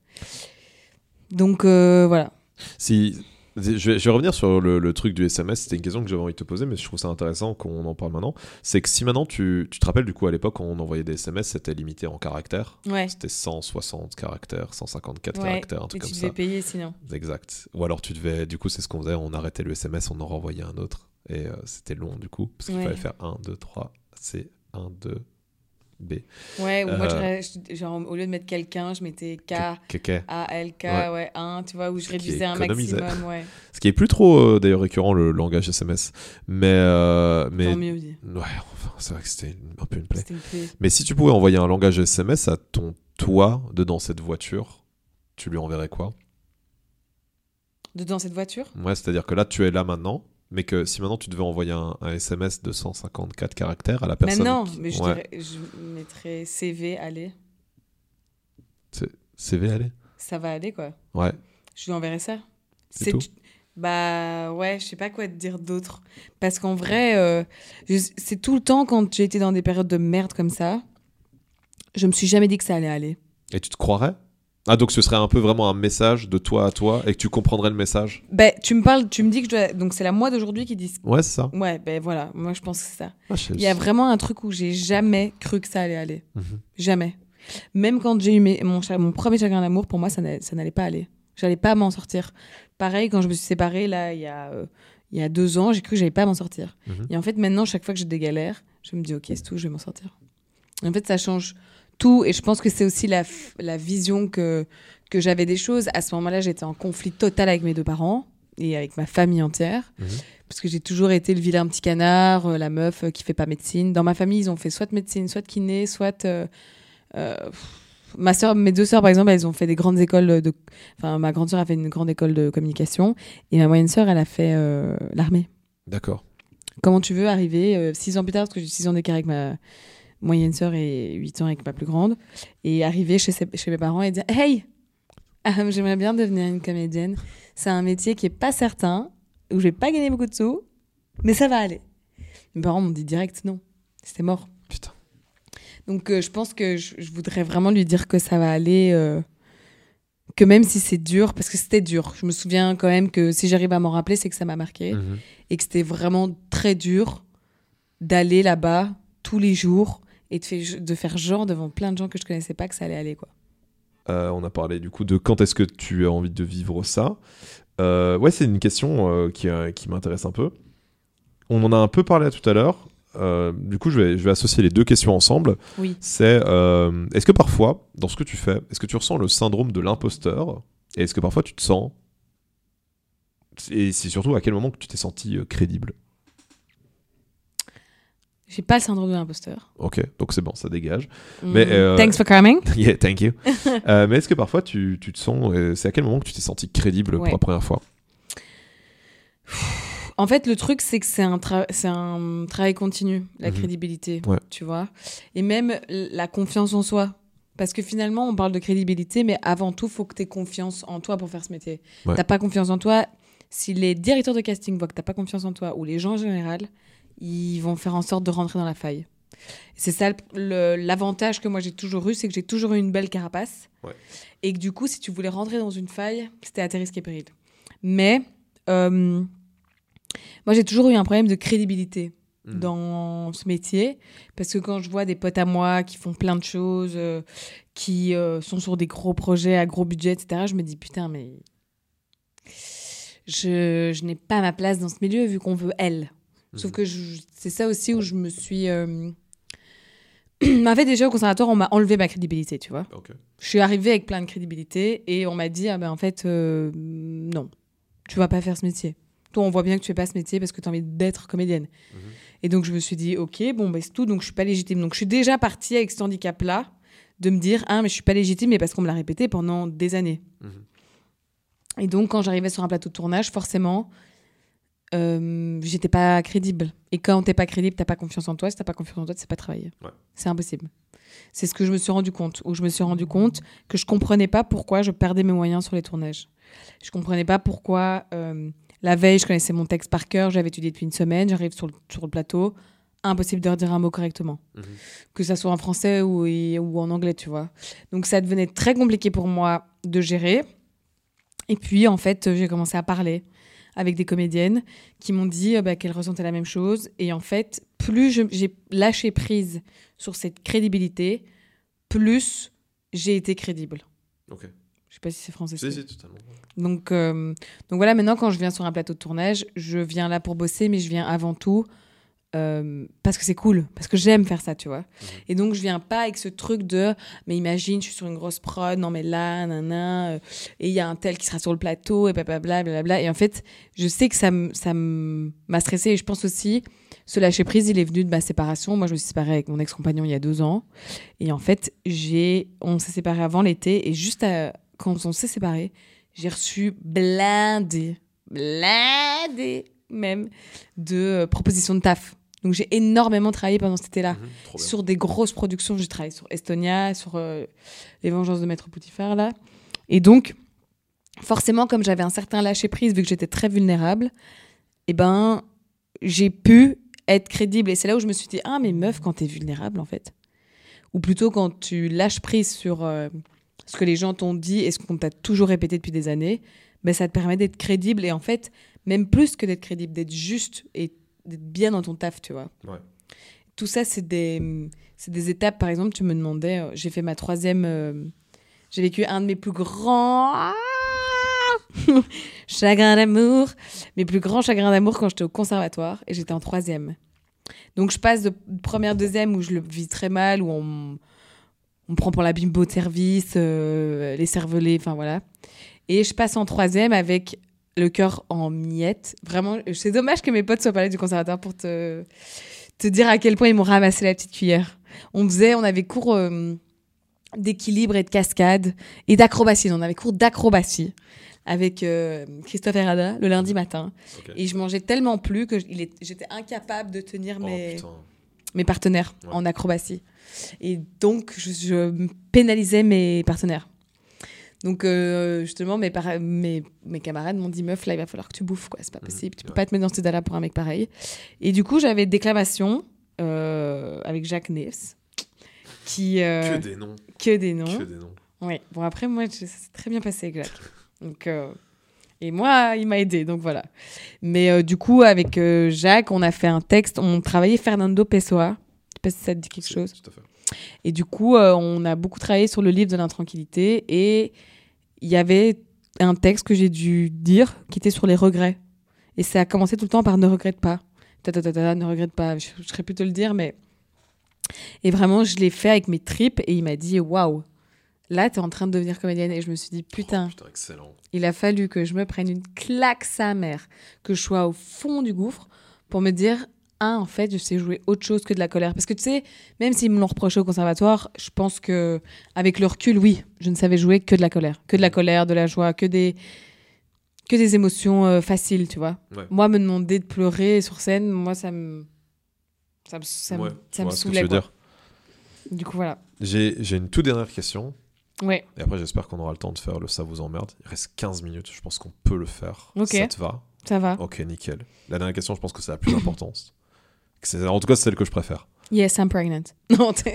Donc, euh, voilà. Si... Je vais, je vais revenir sur le, le truc du S M S. C'était une question que j'avais envie de te poser, mais je trouve ça intéressant qu'on en parle maintenant. C'est que si maintenant tu, tu te rappelles, du coup, à l'époque, quand on envoyait des S M S, c'était limité en caractères. Ouais. C'était cent soixante caractères, cent cinquante-quatre ouais. caractères, un truc et comme ça. Tu devais payer sinon. Exact. Ou alors tu devais, du coup, c'est ce qu'on faisait, on arrêtait le S M S, on en renvoyait un autre. Et euh, c'était long, du coup, parce qu'il ouais. fallait faire un, deux, trois, C, un, deux, B. Ouais, ou euh, moi, je, genre, au lieu de mettre quelqu'un, je mettais K, A, L, K, ouais. ouais, un, tu vois, où je réduisais un maximum, ouais. Ce qui est plus trop, euh, d'ailleurs, récurrent, le langage S M S. Mais... Euh, mais... Tant mieux dit. Ouais, enfin, c'est vrai que c'était un peu une plaie. C'était une plaie. Mais si tu pouvais envoyer un langage S M S à ton toi, dedans cette voiture, tu lui enverrais quoi? Dedans cette voiture? Ouais, c'est-à-dire que là, tu es là maintenant, mais que si maintenant tu devais envoyer un, un S M S de cent cinquante-quatre caractères à la personne... Mais non, qui... mais je, ouais. dirais, je mettrais C V, aller. C'est... C V, aller? Ça va aller, quoi. Ouais. Je lui enverrai ça. C'est, c'est tout? Bah ouais, je sais pas quoi te dire d'autre. Parce qu'en vrai, euh, je... c'est tout le temps quand j'ai été dans des périodes de merde comme ça, je me suis jamais dit que ça allait aller. Et tu te croirais? Ah, donc ce serait un peu vraiment un message de toi à toi et que tu comprendrais le message? Ben, tu me parles, tu me dis que je dois... Donc c'est la moi d'aujourd'hui qui dit... Ouais, c'est ça. Ouais, ben voilà, moi je pense que c'est ça. Ah, je sais... Il y a vraiment un truc où j'ai jamais cru que ça allait aller. Mm-hmm. Jamais. Même quand j'ai eu mes... mon, cha... mon premier chagrin d'amour, pour moi, ça, n'a... ça n'allait pas aller. J'allais pas m'en sortir. Pareil, quand je me suis séparée, là, il y a, euh, il y a deux ans, j'ai cru que j'allais pas m'en sortir. Mm-hmm. Et en fait, maintenant, chaque fois que j'ai des galères, je me dis, ok, c'est tout, je vais m'en sortir. Et en fait, ça change tout. Et je pense que c'est aussi la, f... la vision que... que j'avais des choses. À ce moment-là, j'étais en conflit total avec mes deux parents et avec ma famille entière. Mmh. Parce que j'ai toujours été le vilain petit canard, euh, la meuf euh, qui fait pas médecine. Dans ma famille, ils ont fait soit de médecine, soit de kiné, soit... Euh, euh, ma soeur, mes deux sœurs, par exemple, elles ont fait des grandes écoles de... Enfin, ma grande sœur a fait une grande école de communication et ma moyenne sœur, elle a fait euh, l'armée. D'accord. Comment tu veux arriver euh, six ans plus tard, parce que j'ai six ans d'écart avec ma moyenne sœur et huit ans avec ma plus grande, et arriver chez, ses, chez mes parents et dire « Hey !» Ah, j'aimerais bien devenir une comédienne. C'est un métier qui est pas certain, où je vais pas gagner beaucoup de sous, mais ça va aller. Mes parents m'ont dit direct non. C'était mort. Putain. Donc euh, je pense que je, je voudrais vraiment lui dire que ça va aller, euh, que même si c'est dur, parce que c'était dur. Je me souviens quand même que si j'arrive à m'en rappeler, c'est que ça m'a marqué. Mmh. Et que c'était vraiment très dur d'aller là-bas tous les jours et de, fait, de faire genre devant plein de gens que je connaissais pas que ça allait aller, quoi. Euh, on a parlé du coup de quand est-ce que tu as envie de vivre ça. Euh, ouais, c'est une question euh, qui, euh, qui m'intéresse un peu. On en a un peu parlé tout à l'heure. Euh, du coup, je vais, je vais associer les deux questions ensemble. Oui. C'est euh, est-ce que parfois, dans ce que tu fais, est-ce que tu ressens le syndrome de l'imposteur ? Et est-ce que parfois tu te sens... Et c'est surtout à quel moment que tu t'es senti euh, crédible ? J'ai pas le syndrome de l'imposteur. Ok, donc c'est bon, ça dégage. Mm. Mais, euh... Thanks for coming. Yeah, thank you. euh, mais est-ce que parfois tu, tu te sens... Euh, c'est à quel moment que tu t'es senti crédible ouais. pour la première fois ? En fait, le truc, c'est que c'est un, tra- c'est un travail continu, la mmh. crédibilité, ouais. tu vois. Et même la confiance en soi. Parce que finalement, on parle de crédibilité, mais avant tout, il faut que tu aies confiance en toi pour faire ce métier. Ouais. Tu n'as pas confiance en toi. Si les directeurs de casting voient que tu n'as pas confiance en toi, ou les gens en général, ils vont faire en sorte de rentrer dans la faille. C'est ça le, l'avantage que moi j'ai toujours eu, c'est que j'ai toujours eu une belle carapace. Ouais. Et que du coup, si tu voulais rentrer dans une faille, c'était à tes risques et périls. Mais... Euh, moi, j'ai toujours eu un problème de crédibilité mmh. dans ce métier. Parce que quand je vois des potes à moi qui font plein de choses, euh, qui euh, sont sur des gros projets à gros budget, et cetera, je me dis, putain, mais je, je n'ai pas ma place dans ce milieu vu qu'on veut elle. Mmh. Sauf que je, c'est ça aussi où je me suis... Euh... en fait, déjà, au conservatoire, on m'a enlevé ma crédibilité, tu vois. Okay. Je suis arrivée avec plein de crédibilité et on m'a dit, ah ben, en fait, euh, non, tu vas pas faire ce métier. Toi, on voit bien que tu fais pas ce métier parce que tu as envie d'être comédienne. Mmh. Et donc, je me suis dit, OK, bon, bah, c'est tout, donc je suis pas légitime. Donc, je suis déjà partie avec cet handicap-là de me dire, ah, mais je suis pas légitime, mais parce qu'on me l'a répété pendant des années. Mmh. Et donc, quand j'arrivais sur un plateau de tournage, forcément, euh, j'étais pas crédible. Et quand t'es pas crédible, t'as pas confiance en toi. Si t'as pas confiance en toi, tu sais pas travailler. Ouais. C'est impossible. C'est ce que je me suis rendu compte. Où je me suis rendu compte que je comprenais pas pourquoi je perdais mes moyens sur les tournages. Je comprenais pas pourquoi... Euh, La veille, je connaissais mon texte par cœur, j'avais étudié depuis une semaine, j'arrive sur le, sur le plateau, impossible de redire un mot correctement. Mmh. Que ça soit en français ou, ou en anglais, tu vois. Donc ça devenait très compliqué pour moi de gérer. Et puis, en fait, j'ai commencé à parler avec des comédiennes qui m'ont dit euh, bah, qu'elles ressentaient la même chose. Et en fait, plus je, j'ai lâché prise sur cette crédibilité, plus j'ai été crédible. Ok. Je sais pas si c'est français. Si, si, totalement. Donc, euh, donc voilà, maintenant, quand je viens sur un plateau de tournage, je viens là pour bosser, mais je viens avant tout euh, parce que c'est cool, parce que j'aime faire ça, tu vois. Mmh. Et donc, je viens pas avec ce truc de, mais imagine, je suis sur une grosse prod, non mais là, nanana, euh, et il y a un tel qui sera sur le plateau, et blablabla, blablabla. Et en fait, je sais que ça, m- ça m- m'a stressée, et je pense aussi, ce lâcher prise, il est venu de ma séparation. Moi, je me suis séparée avec mon ex-compagnon il y a deux ans. Et en fait, j'ai, on s'est séparés avant l'été, et juste à, quand on s'est séparés, j'ai reçu blindé, blindé même, de euh, propositions de taf. Donc, j'ai énormément travaillé pendant cet été-là. Mmh, sur des grosses productions. J'ai travaillé sur Estonia, sur euh, Les Vengeances de Maître Poutifar, là. Et donc, forcément, comme j'avais un certain lâcher-prise, vu que j'étais très vulnérable, eh ben, j'ai pu être crédible. Et c'est là où je me suis dit, ah, mais meuf, quand t'es vulnérable, en fait. Ou plutôt quand tu lâches prise sur... Euh, ce que les gens t'ont dit et ce qu'on t'a toujours répété depuis des années, ben ça te permet d'être crédible et en fait, même plus que d'être crédible, d'être juste et d'être bien dans ton taf, tu vois. Ouais. Tout ça, c'est des, c'est des étapes. Par exemple, tu me demandais, euh, j'ai fait ma troisième... Euh, j'ai vécu un de mes plus grands... Ah chagrins d'amour. Mes plus grands chagrins d'amour quand j'étais au conservatoire et j'étais en troisième. Donc, je passe de première, deuxième où je le vis très mal, où on... On me prend pour la bimbo de service, euh, les cervelets, enfin voilà. Et je passe en troisième avec le cœur en miettes. Vraiment, c'est dommage que mes potes soient pas là du conservatoire pour te, te dire à quel point ils m'ont ramassé la petite cuillère. On faisait, on avait cours euh, d'équilibre et de cascade et d'acrobatie. On avait cours d'acrobatie avec euh, Christophe Herrada le lundi matin. Okay. Et je mangeais tellement plus que j'étais incapable de tenir oh, mes, mes partenaires ouais. en acrobatie. Et donc, je, je pénalisais mes partenaires. Donc, euh, justement, mes, para- mes, mes camarades m'ont dit, meuf, là, il va falloir que tu bouffes, quoi. C'est pas possible. Mmh, tu peux ouais. pas te mettre dans ce état-là pour un mec pareil. Et du coup, j'avais Déclamation euh, avec Jacques Neves. Qui, euh, que des noms. Que des noms. Que des noms. Oui. Bon, après, moi, ça s'est très bien passé avec Jacques. Donc, euh, et moi, il m'a aidé. Donc, voilà. Mais euh, du coup, avec euh, Jacques, on a fait un texte. On travaillait Fernando Pessoa. Je sais pas si ça te dit quelque c'est, chose. Tout à fait. Et du coup, euh, on a beaucoup travaillé sur le livre de l'intranquillité. Et il y avait un texte que j'ai dû dire qui était sur les regrets. Et ça a commencé tout le temps par « ne regrette pas ». Ta, ta, ta, ta, ne regrette pas. Je ne saurais plus te le dire, mais... Et vraiment, je l'ai fait avec mes tripes. Et il m'a dit « Waouh, là, tu es en train de devenir comédienne. » Et je me suis dit « Putain, oh, putain excellent. Il a fallu que je me prenne une claque sa mère, que je sois au fond du gouffre pour me dire « Ah, en fait, je sais jouer autre chose que de la colère. » Parce que tu sais, même s'ils me l'ont reproché au conservatoire, je pense qu'avec le recul, oui, je ne savais jouer que de la colère. Que de la colère, de la joie, que des, que des émotions euh, faciles, tu vois. Ouais. Moi, me demander de pleurer sur scène, moi, ça me, ça me, ça me, ouais, ça me saoulait. Quoi. Dire. Du coup, voilà. J'ai, j'ai une toute dernière question. Ouais. Et après, j'espère qu'on aura le temps de faire le Ça vous emmerde. Il reste quinze minutes, je pense qu'on peut le faire. Ok. Ça te va ? Ça va. Ok, nickel. La dernière question, je pense que c'est la plus importante. C'est, en tout cas, c'est celle que je préfère. Yes, I'm pregnant. Non, t'es...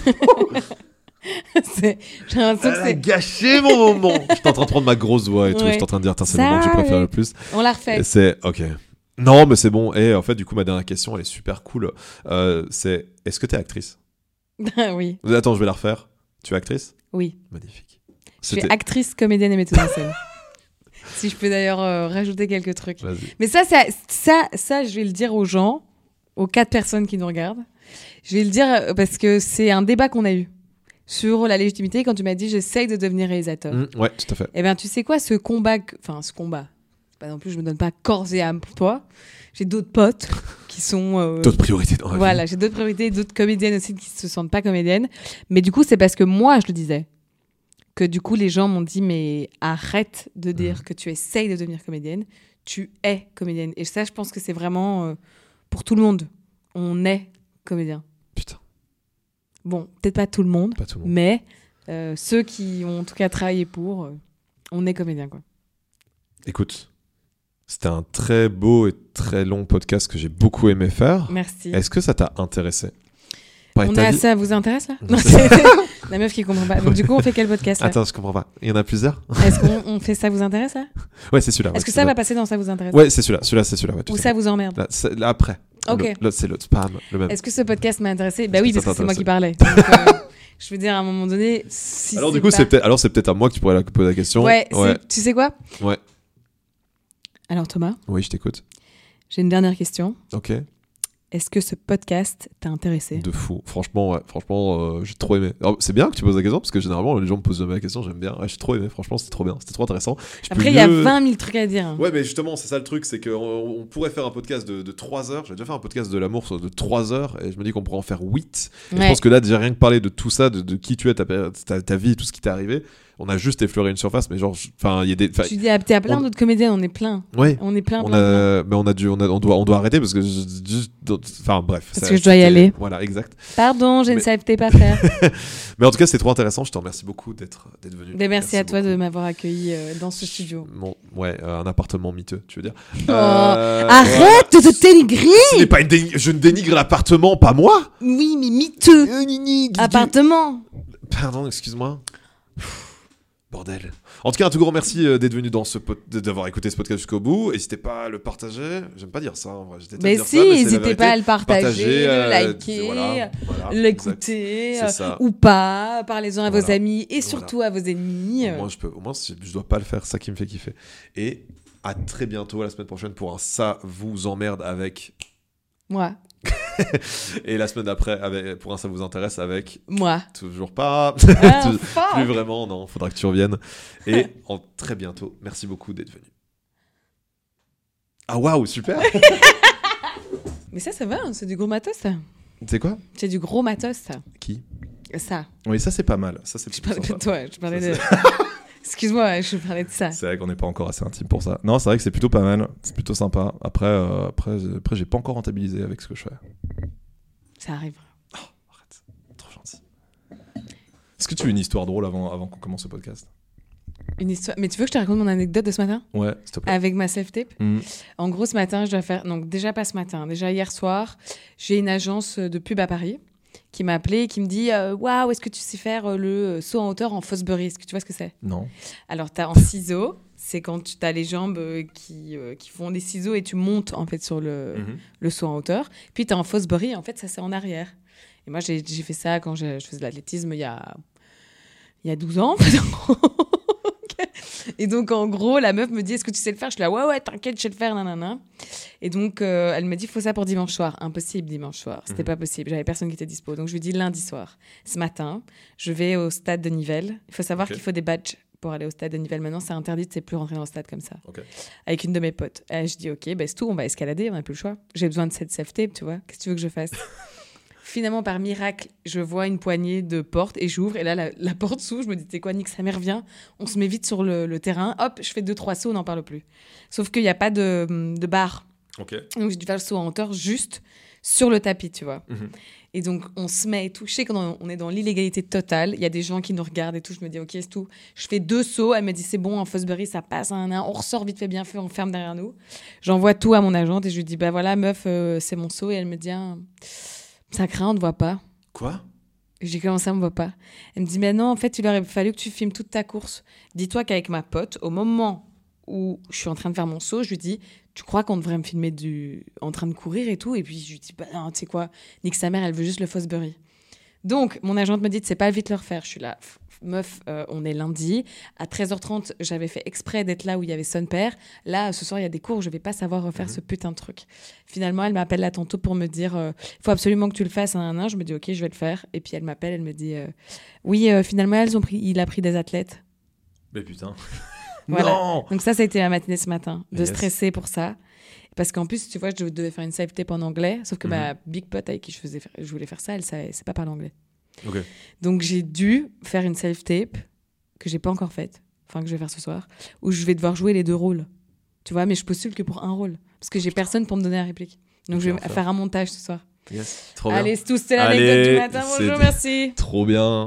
c'est... J'ai l'impression que c'est... Elle a gâché mon moment. J'étais en train de prendre ma grosse voix et tout. Ouais. J'étais en train de dire, c'est ça, le moment que je préfère le plus. On la refait. Et c'est, ok. Non, mais c'est bon. Et en fait, du coup, ma dernière question, elle est super cool. Euh, c'est, est-ce que t'es actrice ? Oui. Attends, je vais la refaire. Tu es actrice ? Oui. Magnifique. Je C'était... suis actrice, comédienne et metteuse en scène. Si je peux d'ailleurs euh, rajouter quelques trucs. Vas-y. Mais ça, ça, ça, ça, je vais le dire aux gens, aux quatre personnes qui nous regardent. Je vais le dire parce que c'est un débat qu'on a eu sur la légitimité quand tu m'as dit j'essaye de devenir réalisateur. Mmh, ouais, tout à fait. Eh bien, tu sais quoi, ce combat, enfin, ce combat, pas non plus, je me donne pas corps et âme pour toi. J'ai d'autres potes qui sont... Euh, d'autres priorités dans la Voilà, vie. j'ai d'autres priorités, d'autres comédiennes aussi qui se sentent pas comédiennes. Mais du coup, c'est parce que moi, je le disais. Que du coup, les gens m'ont dit, mais arrête de dire mmh. que tu essayes de devenir comédienne. Tu es comédienne. Et ça, je pense que c'est vraiment euh, pour tout le monde. On est comédien. Putain. Bon, peut-être pas tout le monde, pas tout le monde. mais euh, ceux qui ont en tout cas travaillé pour, euh, on est comédien, quoi. Écoute, c'était un très beau et très long podcast que j'ai beaucoup aimé faire. Merci. Est-ce que ça t'a intéressé ? On est à ça, vous intéresse là ? Non, la meuf qui comprend pas. Donc du coup, on fait quel podcast là ? Attends, je comprends pas. Il y en a plusieurs ? Est-ce qu'on on fait ça vous intéresse là ? Ouais, c'est celui-là. Est-ce ouais, que ça va passer dans ça vous intéresse ? Ouais, c'est celui-là. Celui-là, c'est celui-là. Ouais, Ou ça vous emmerde ? Là, c'est, là après. Ok. Le, l'autre, c'est l'autre. Spam, le même. Est-ce que ce podcast m'a intéressé ? Bah Est-ce oui, que parce que c'est moi qui parlais. Donc, euh, je veux dire, à un moment donné, si alors c'est du coup, pas... c'est peut-être, alors c'est peut-être à moi que tu pourrais la poser la question. Ouais. ouais. Tu sais quoi ? Ouais. Alors Thomas ? Oui, je t'écoute. J'ai une dernière question. Ok. Est-ce que ce podcast t'a intéressé ? De fou. Franchement, ouais. Franchement, euh, j'ai trop aimé. Alors, c'est bien que tu poses la question parce que généralement, les gens me posent jamais la question. J'aime bien. Ouais, j'ai trop aimé. Franchement, c'était trop bien. C'était trop intéressant. Je Après, il mieux... y a vingt mille trucs à dire. Hein. Ouais, mais justement, c'est ça le truc. C'est qu'on on pourrait faire un podcast de, de trois heures. J'ai déjà fait un podcast de l'amour de trois heures et je me dis qu'on pourrait en faire huit. Et ouais. Je pense que là, déjà rien que parler de tout ça, de, de qui tu es, ta, ta, ta vie, tout ce qui t'est arrivé. On a juste effleuré une surface, mais genre, enfin, il y a des. Tu dis, t'es à plein on... d'autres comédiens, on est plein. Ouais. On est plein. On plein, a, plein. mais on a dû, on a, on doit, on doit arrêter parce que, juste, enfin, bref. Parce ça, que je dois y aller. Voilà, exact. Pardon, je mais... ne savais pas faire. Mais en tout cas, c'est trop intéressant. Je te remercie beaucoup d'être, d'être venu. Mais merci, merci à toi beaucoup. De m'avoir accueilli euh, dans ce studio. Bon, ouais, euh, un appartement miteux, tu veux dire. Oh, euh, arrête voilà. de te dénigrer. Ce n'est pas une dénig... Je ne dénigre l'appartement, pas moi. Oui, mais miteux. Appartement. Pardon, excuse-moi. Bordel. En tout cas, un tout grand merci euh, d'être venu dans ce pot- d'avoir écouté ce podcast jusqu'au bout. N'hésitez pas à le partager. J'aime pas dire ça. En vrai. Mais dire si, ça, mais n'hésitez pas à le partager, partager euh, le liker, voilà, voilà, l'écouter euh, ou pas. Parlez-en à voilà. vos amis et surtout voilà. à vos ennemis. Au moins, je peux. Au moins, je, je dois pas le faire. C'est ça qui me fait kiffer. Et à très bientôt la semaine prochaine pour un Ça vous emmerde avec moi. Et la semaine d'après avec, pour un Ça vous intéresse avec moi toujours pas ah, plus vraiment non faudra que tu reviennes et en très bientôt merci beaucoup d'être venu. Ah waouh super. Mais ça ça va hein, c'est du gros matos ça. C'est quoi? C'est du gros matos ça. Qui? Ça. Oui ça c'est pas mal ça c'est je parlais de toi je parlais de excuse-moi, je parlais de ça. C'est vrai qu'on n'est pas encore assez intime pour ça. Non, c'est vrai que c'est plutôt pas mal. C'est plutôt sympa. Après, euh, après, après j'ai pas encore rentabilisé avec ce que je fais. Ça arrive. Oh, arrête. Trop gentil. Est-ce que tu as une histoire drôle avant, avant qu'on commence ce podcast? Une histoire. Mais tu veux que je te raconte mon anecdote de ce matin ? Ouais, s'il te plaît. Avec ma self-tape. Mmh. En gros, ce matin, je dois faire. Donc, déjà pas ce matin, déjà hier soir, j'ai une agence de pub à Paris qui m'a appelé et qui me dit waouh, wow, est-ce que tu sais faire le saut en hauteur en Fosbury ? Est-ce que tu vois ce que c'est ? Non. Alors, tu as en ciseaux. C'est quand tu as les jambes qui, euh, qui font des ciseaux et tu montes en fait sur le, mmh. le saut en hauteur. Puis tu as en Fosbury, en fait, ça c'est en arrière. Et moi, j'ai, j'ai fait ça quand je, je faisais de l'athlétisme il y a, il y a douze ans. Et donc, en gros, la meuf me dit est-ce que tu sais le faire ? Je suis là ouais, ouais, t'inquiète, je sais le faire, nanana. Et donc, euh, elle me dit il faut ça pour dimanche soir. Impossible, dimanche soir. C'était mmh. pas possible. J'avais personne qui était dispo. Donc, je lui dis lundi soir. Ce matin, je vais au stade de Nivelles. Il faut savoir okay. qu'il faut des badges pour aller au stade de Nivelles. Maintenant, c'est interdit, tu sais plus rentrer dans le stade comme ça. Okay. Avec une de mes potes. Et je dis, ok, bah, c'est tout, on va escalader, on n'a plus le choix. J'ai besoin de cette self-tape, tu vois. Qu'est-ce que tu veux que je fasse ? Finalement, par miracle, je vois une poignée de portes et j'ouvre. Et là, la, la porte s'ouvre. Je me dis, t'es quoi, nique sa mère, viens. On se met vite sur le, le terrain. Hop, je fais deux, trois sauts, on n'en parle plus. Sauf qu'il n'y a pas de, de barre. Okay. Donc, j'ai dû faire le saut en hauteur juste sur le tapis, tu vois. Mm-hmm. Et donc, on se met et tout. Je sais qu'on est dans l'illégalité totale. Il y a des gens qui nous regardent et tout. Je me dis, OK, c'est tout. Je fais deux sauts. Elle me dit, c'est bon, en Fosbury, ça passe. Hein, hein. On ressort vite fait, bien fait, on ferme derrière nous. J'envoie tout à mon agente et je lui dis, bah voilà, meuf, euh, c'est mon saut. Et elle me dit, ah, ça craint, on ne te voit pas. Quoi ? J'ai commencé à me voit pas. Elle me dit, mais non, en fait, il aurait fallu que tu filmes toute ta course. Dis-toi qu'avec ma pote, au moment où je suis en train de faire mon saut, je lui dis, tu crois qu'on devrait me filmer du... en train de courir et tout ? Et puis je lui dis, bah non, tu sais quoi, nique sa mère, elle veut juste le Fosbury. Donc, mon agente me dit, c'est pas vite le refaire. Je suis là, meuf, euh, on est lundi. À treize heures trente, j'avais fait exprès d'être là où il y avait son père. Là, ce soir, il y a des cours, je vais pas savoir refaire mmh. ce putain de truc. Finalement, elle m'appelle là tantôt pour me dire, il euh, faut absolument que tu le fasses. Hein, hein. Je me dis, ok, je vais le faire. Et puis elle m'appelle, elle me dit, euh, oui, euh, finalement, elles ont pris... il a pris des athlètes. Mais putain. Voilà. Non. Donc ça, ça a été ma matinée ce matin, de yes. stresser pour ça. Parce qu'en plus, tu vois, je devais faire une self-tape en anglais, sauf que mm-hmm. ma big pote avec qui je, faisais, je voulais faire ça, elle ne sait pas parler anglais. Okay. Donc j'ai dû faire une self-tape que je n'ai pas encore faite, enfin que je vais faire ce soir, où je vais devoir jouer les deux rôles. Tu vois, mais je postule que pour un rôle, parce que j'ai personne pour me donner la réplique. Donc je vais faire. faire un montage ce soir. Yes. Trop Allez, bien. c'est tout, c'était l'anecdote du matin. Bonjour, merci. Trop bien.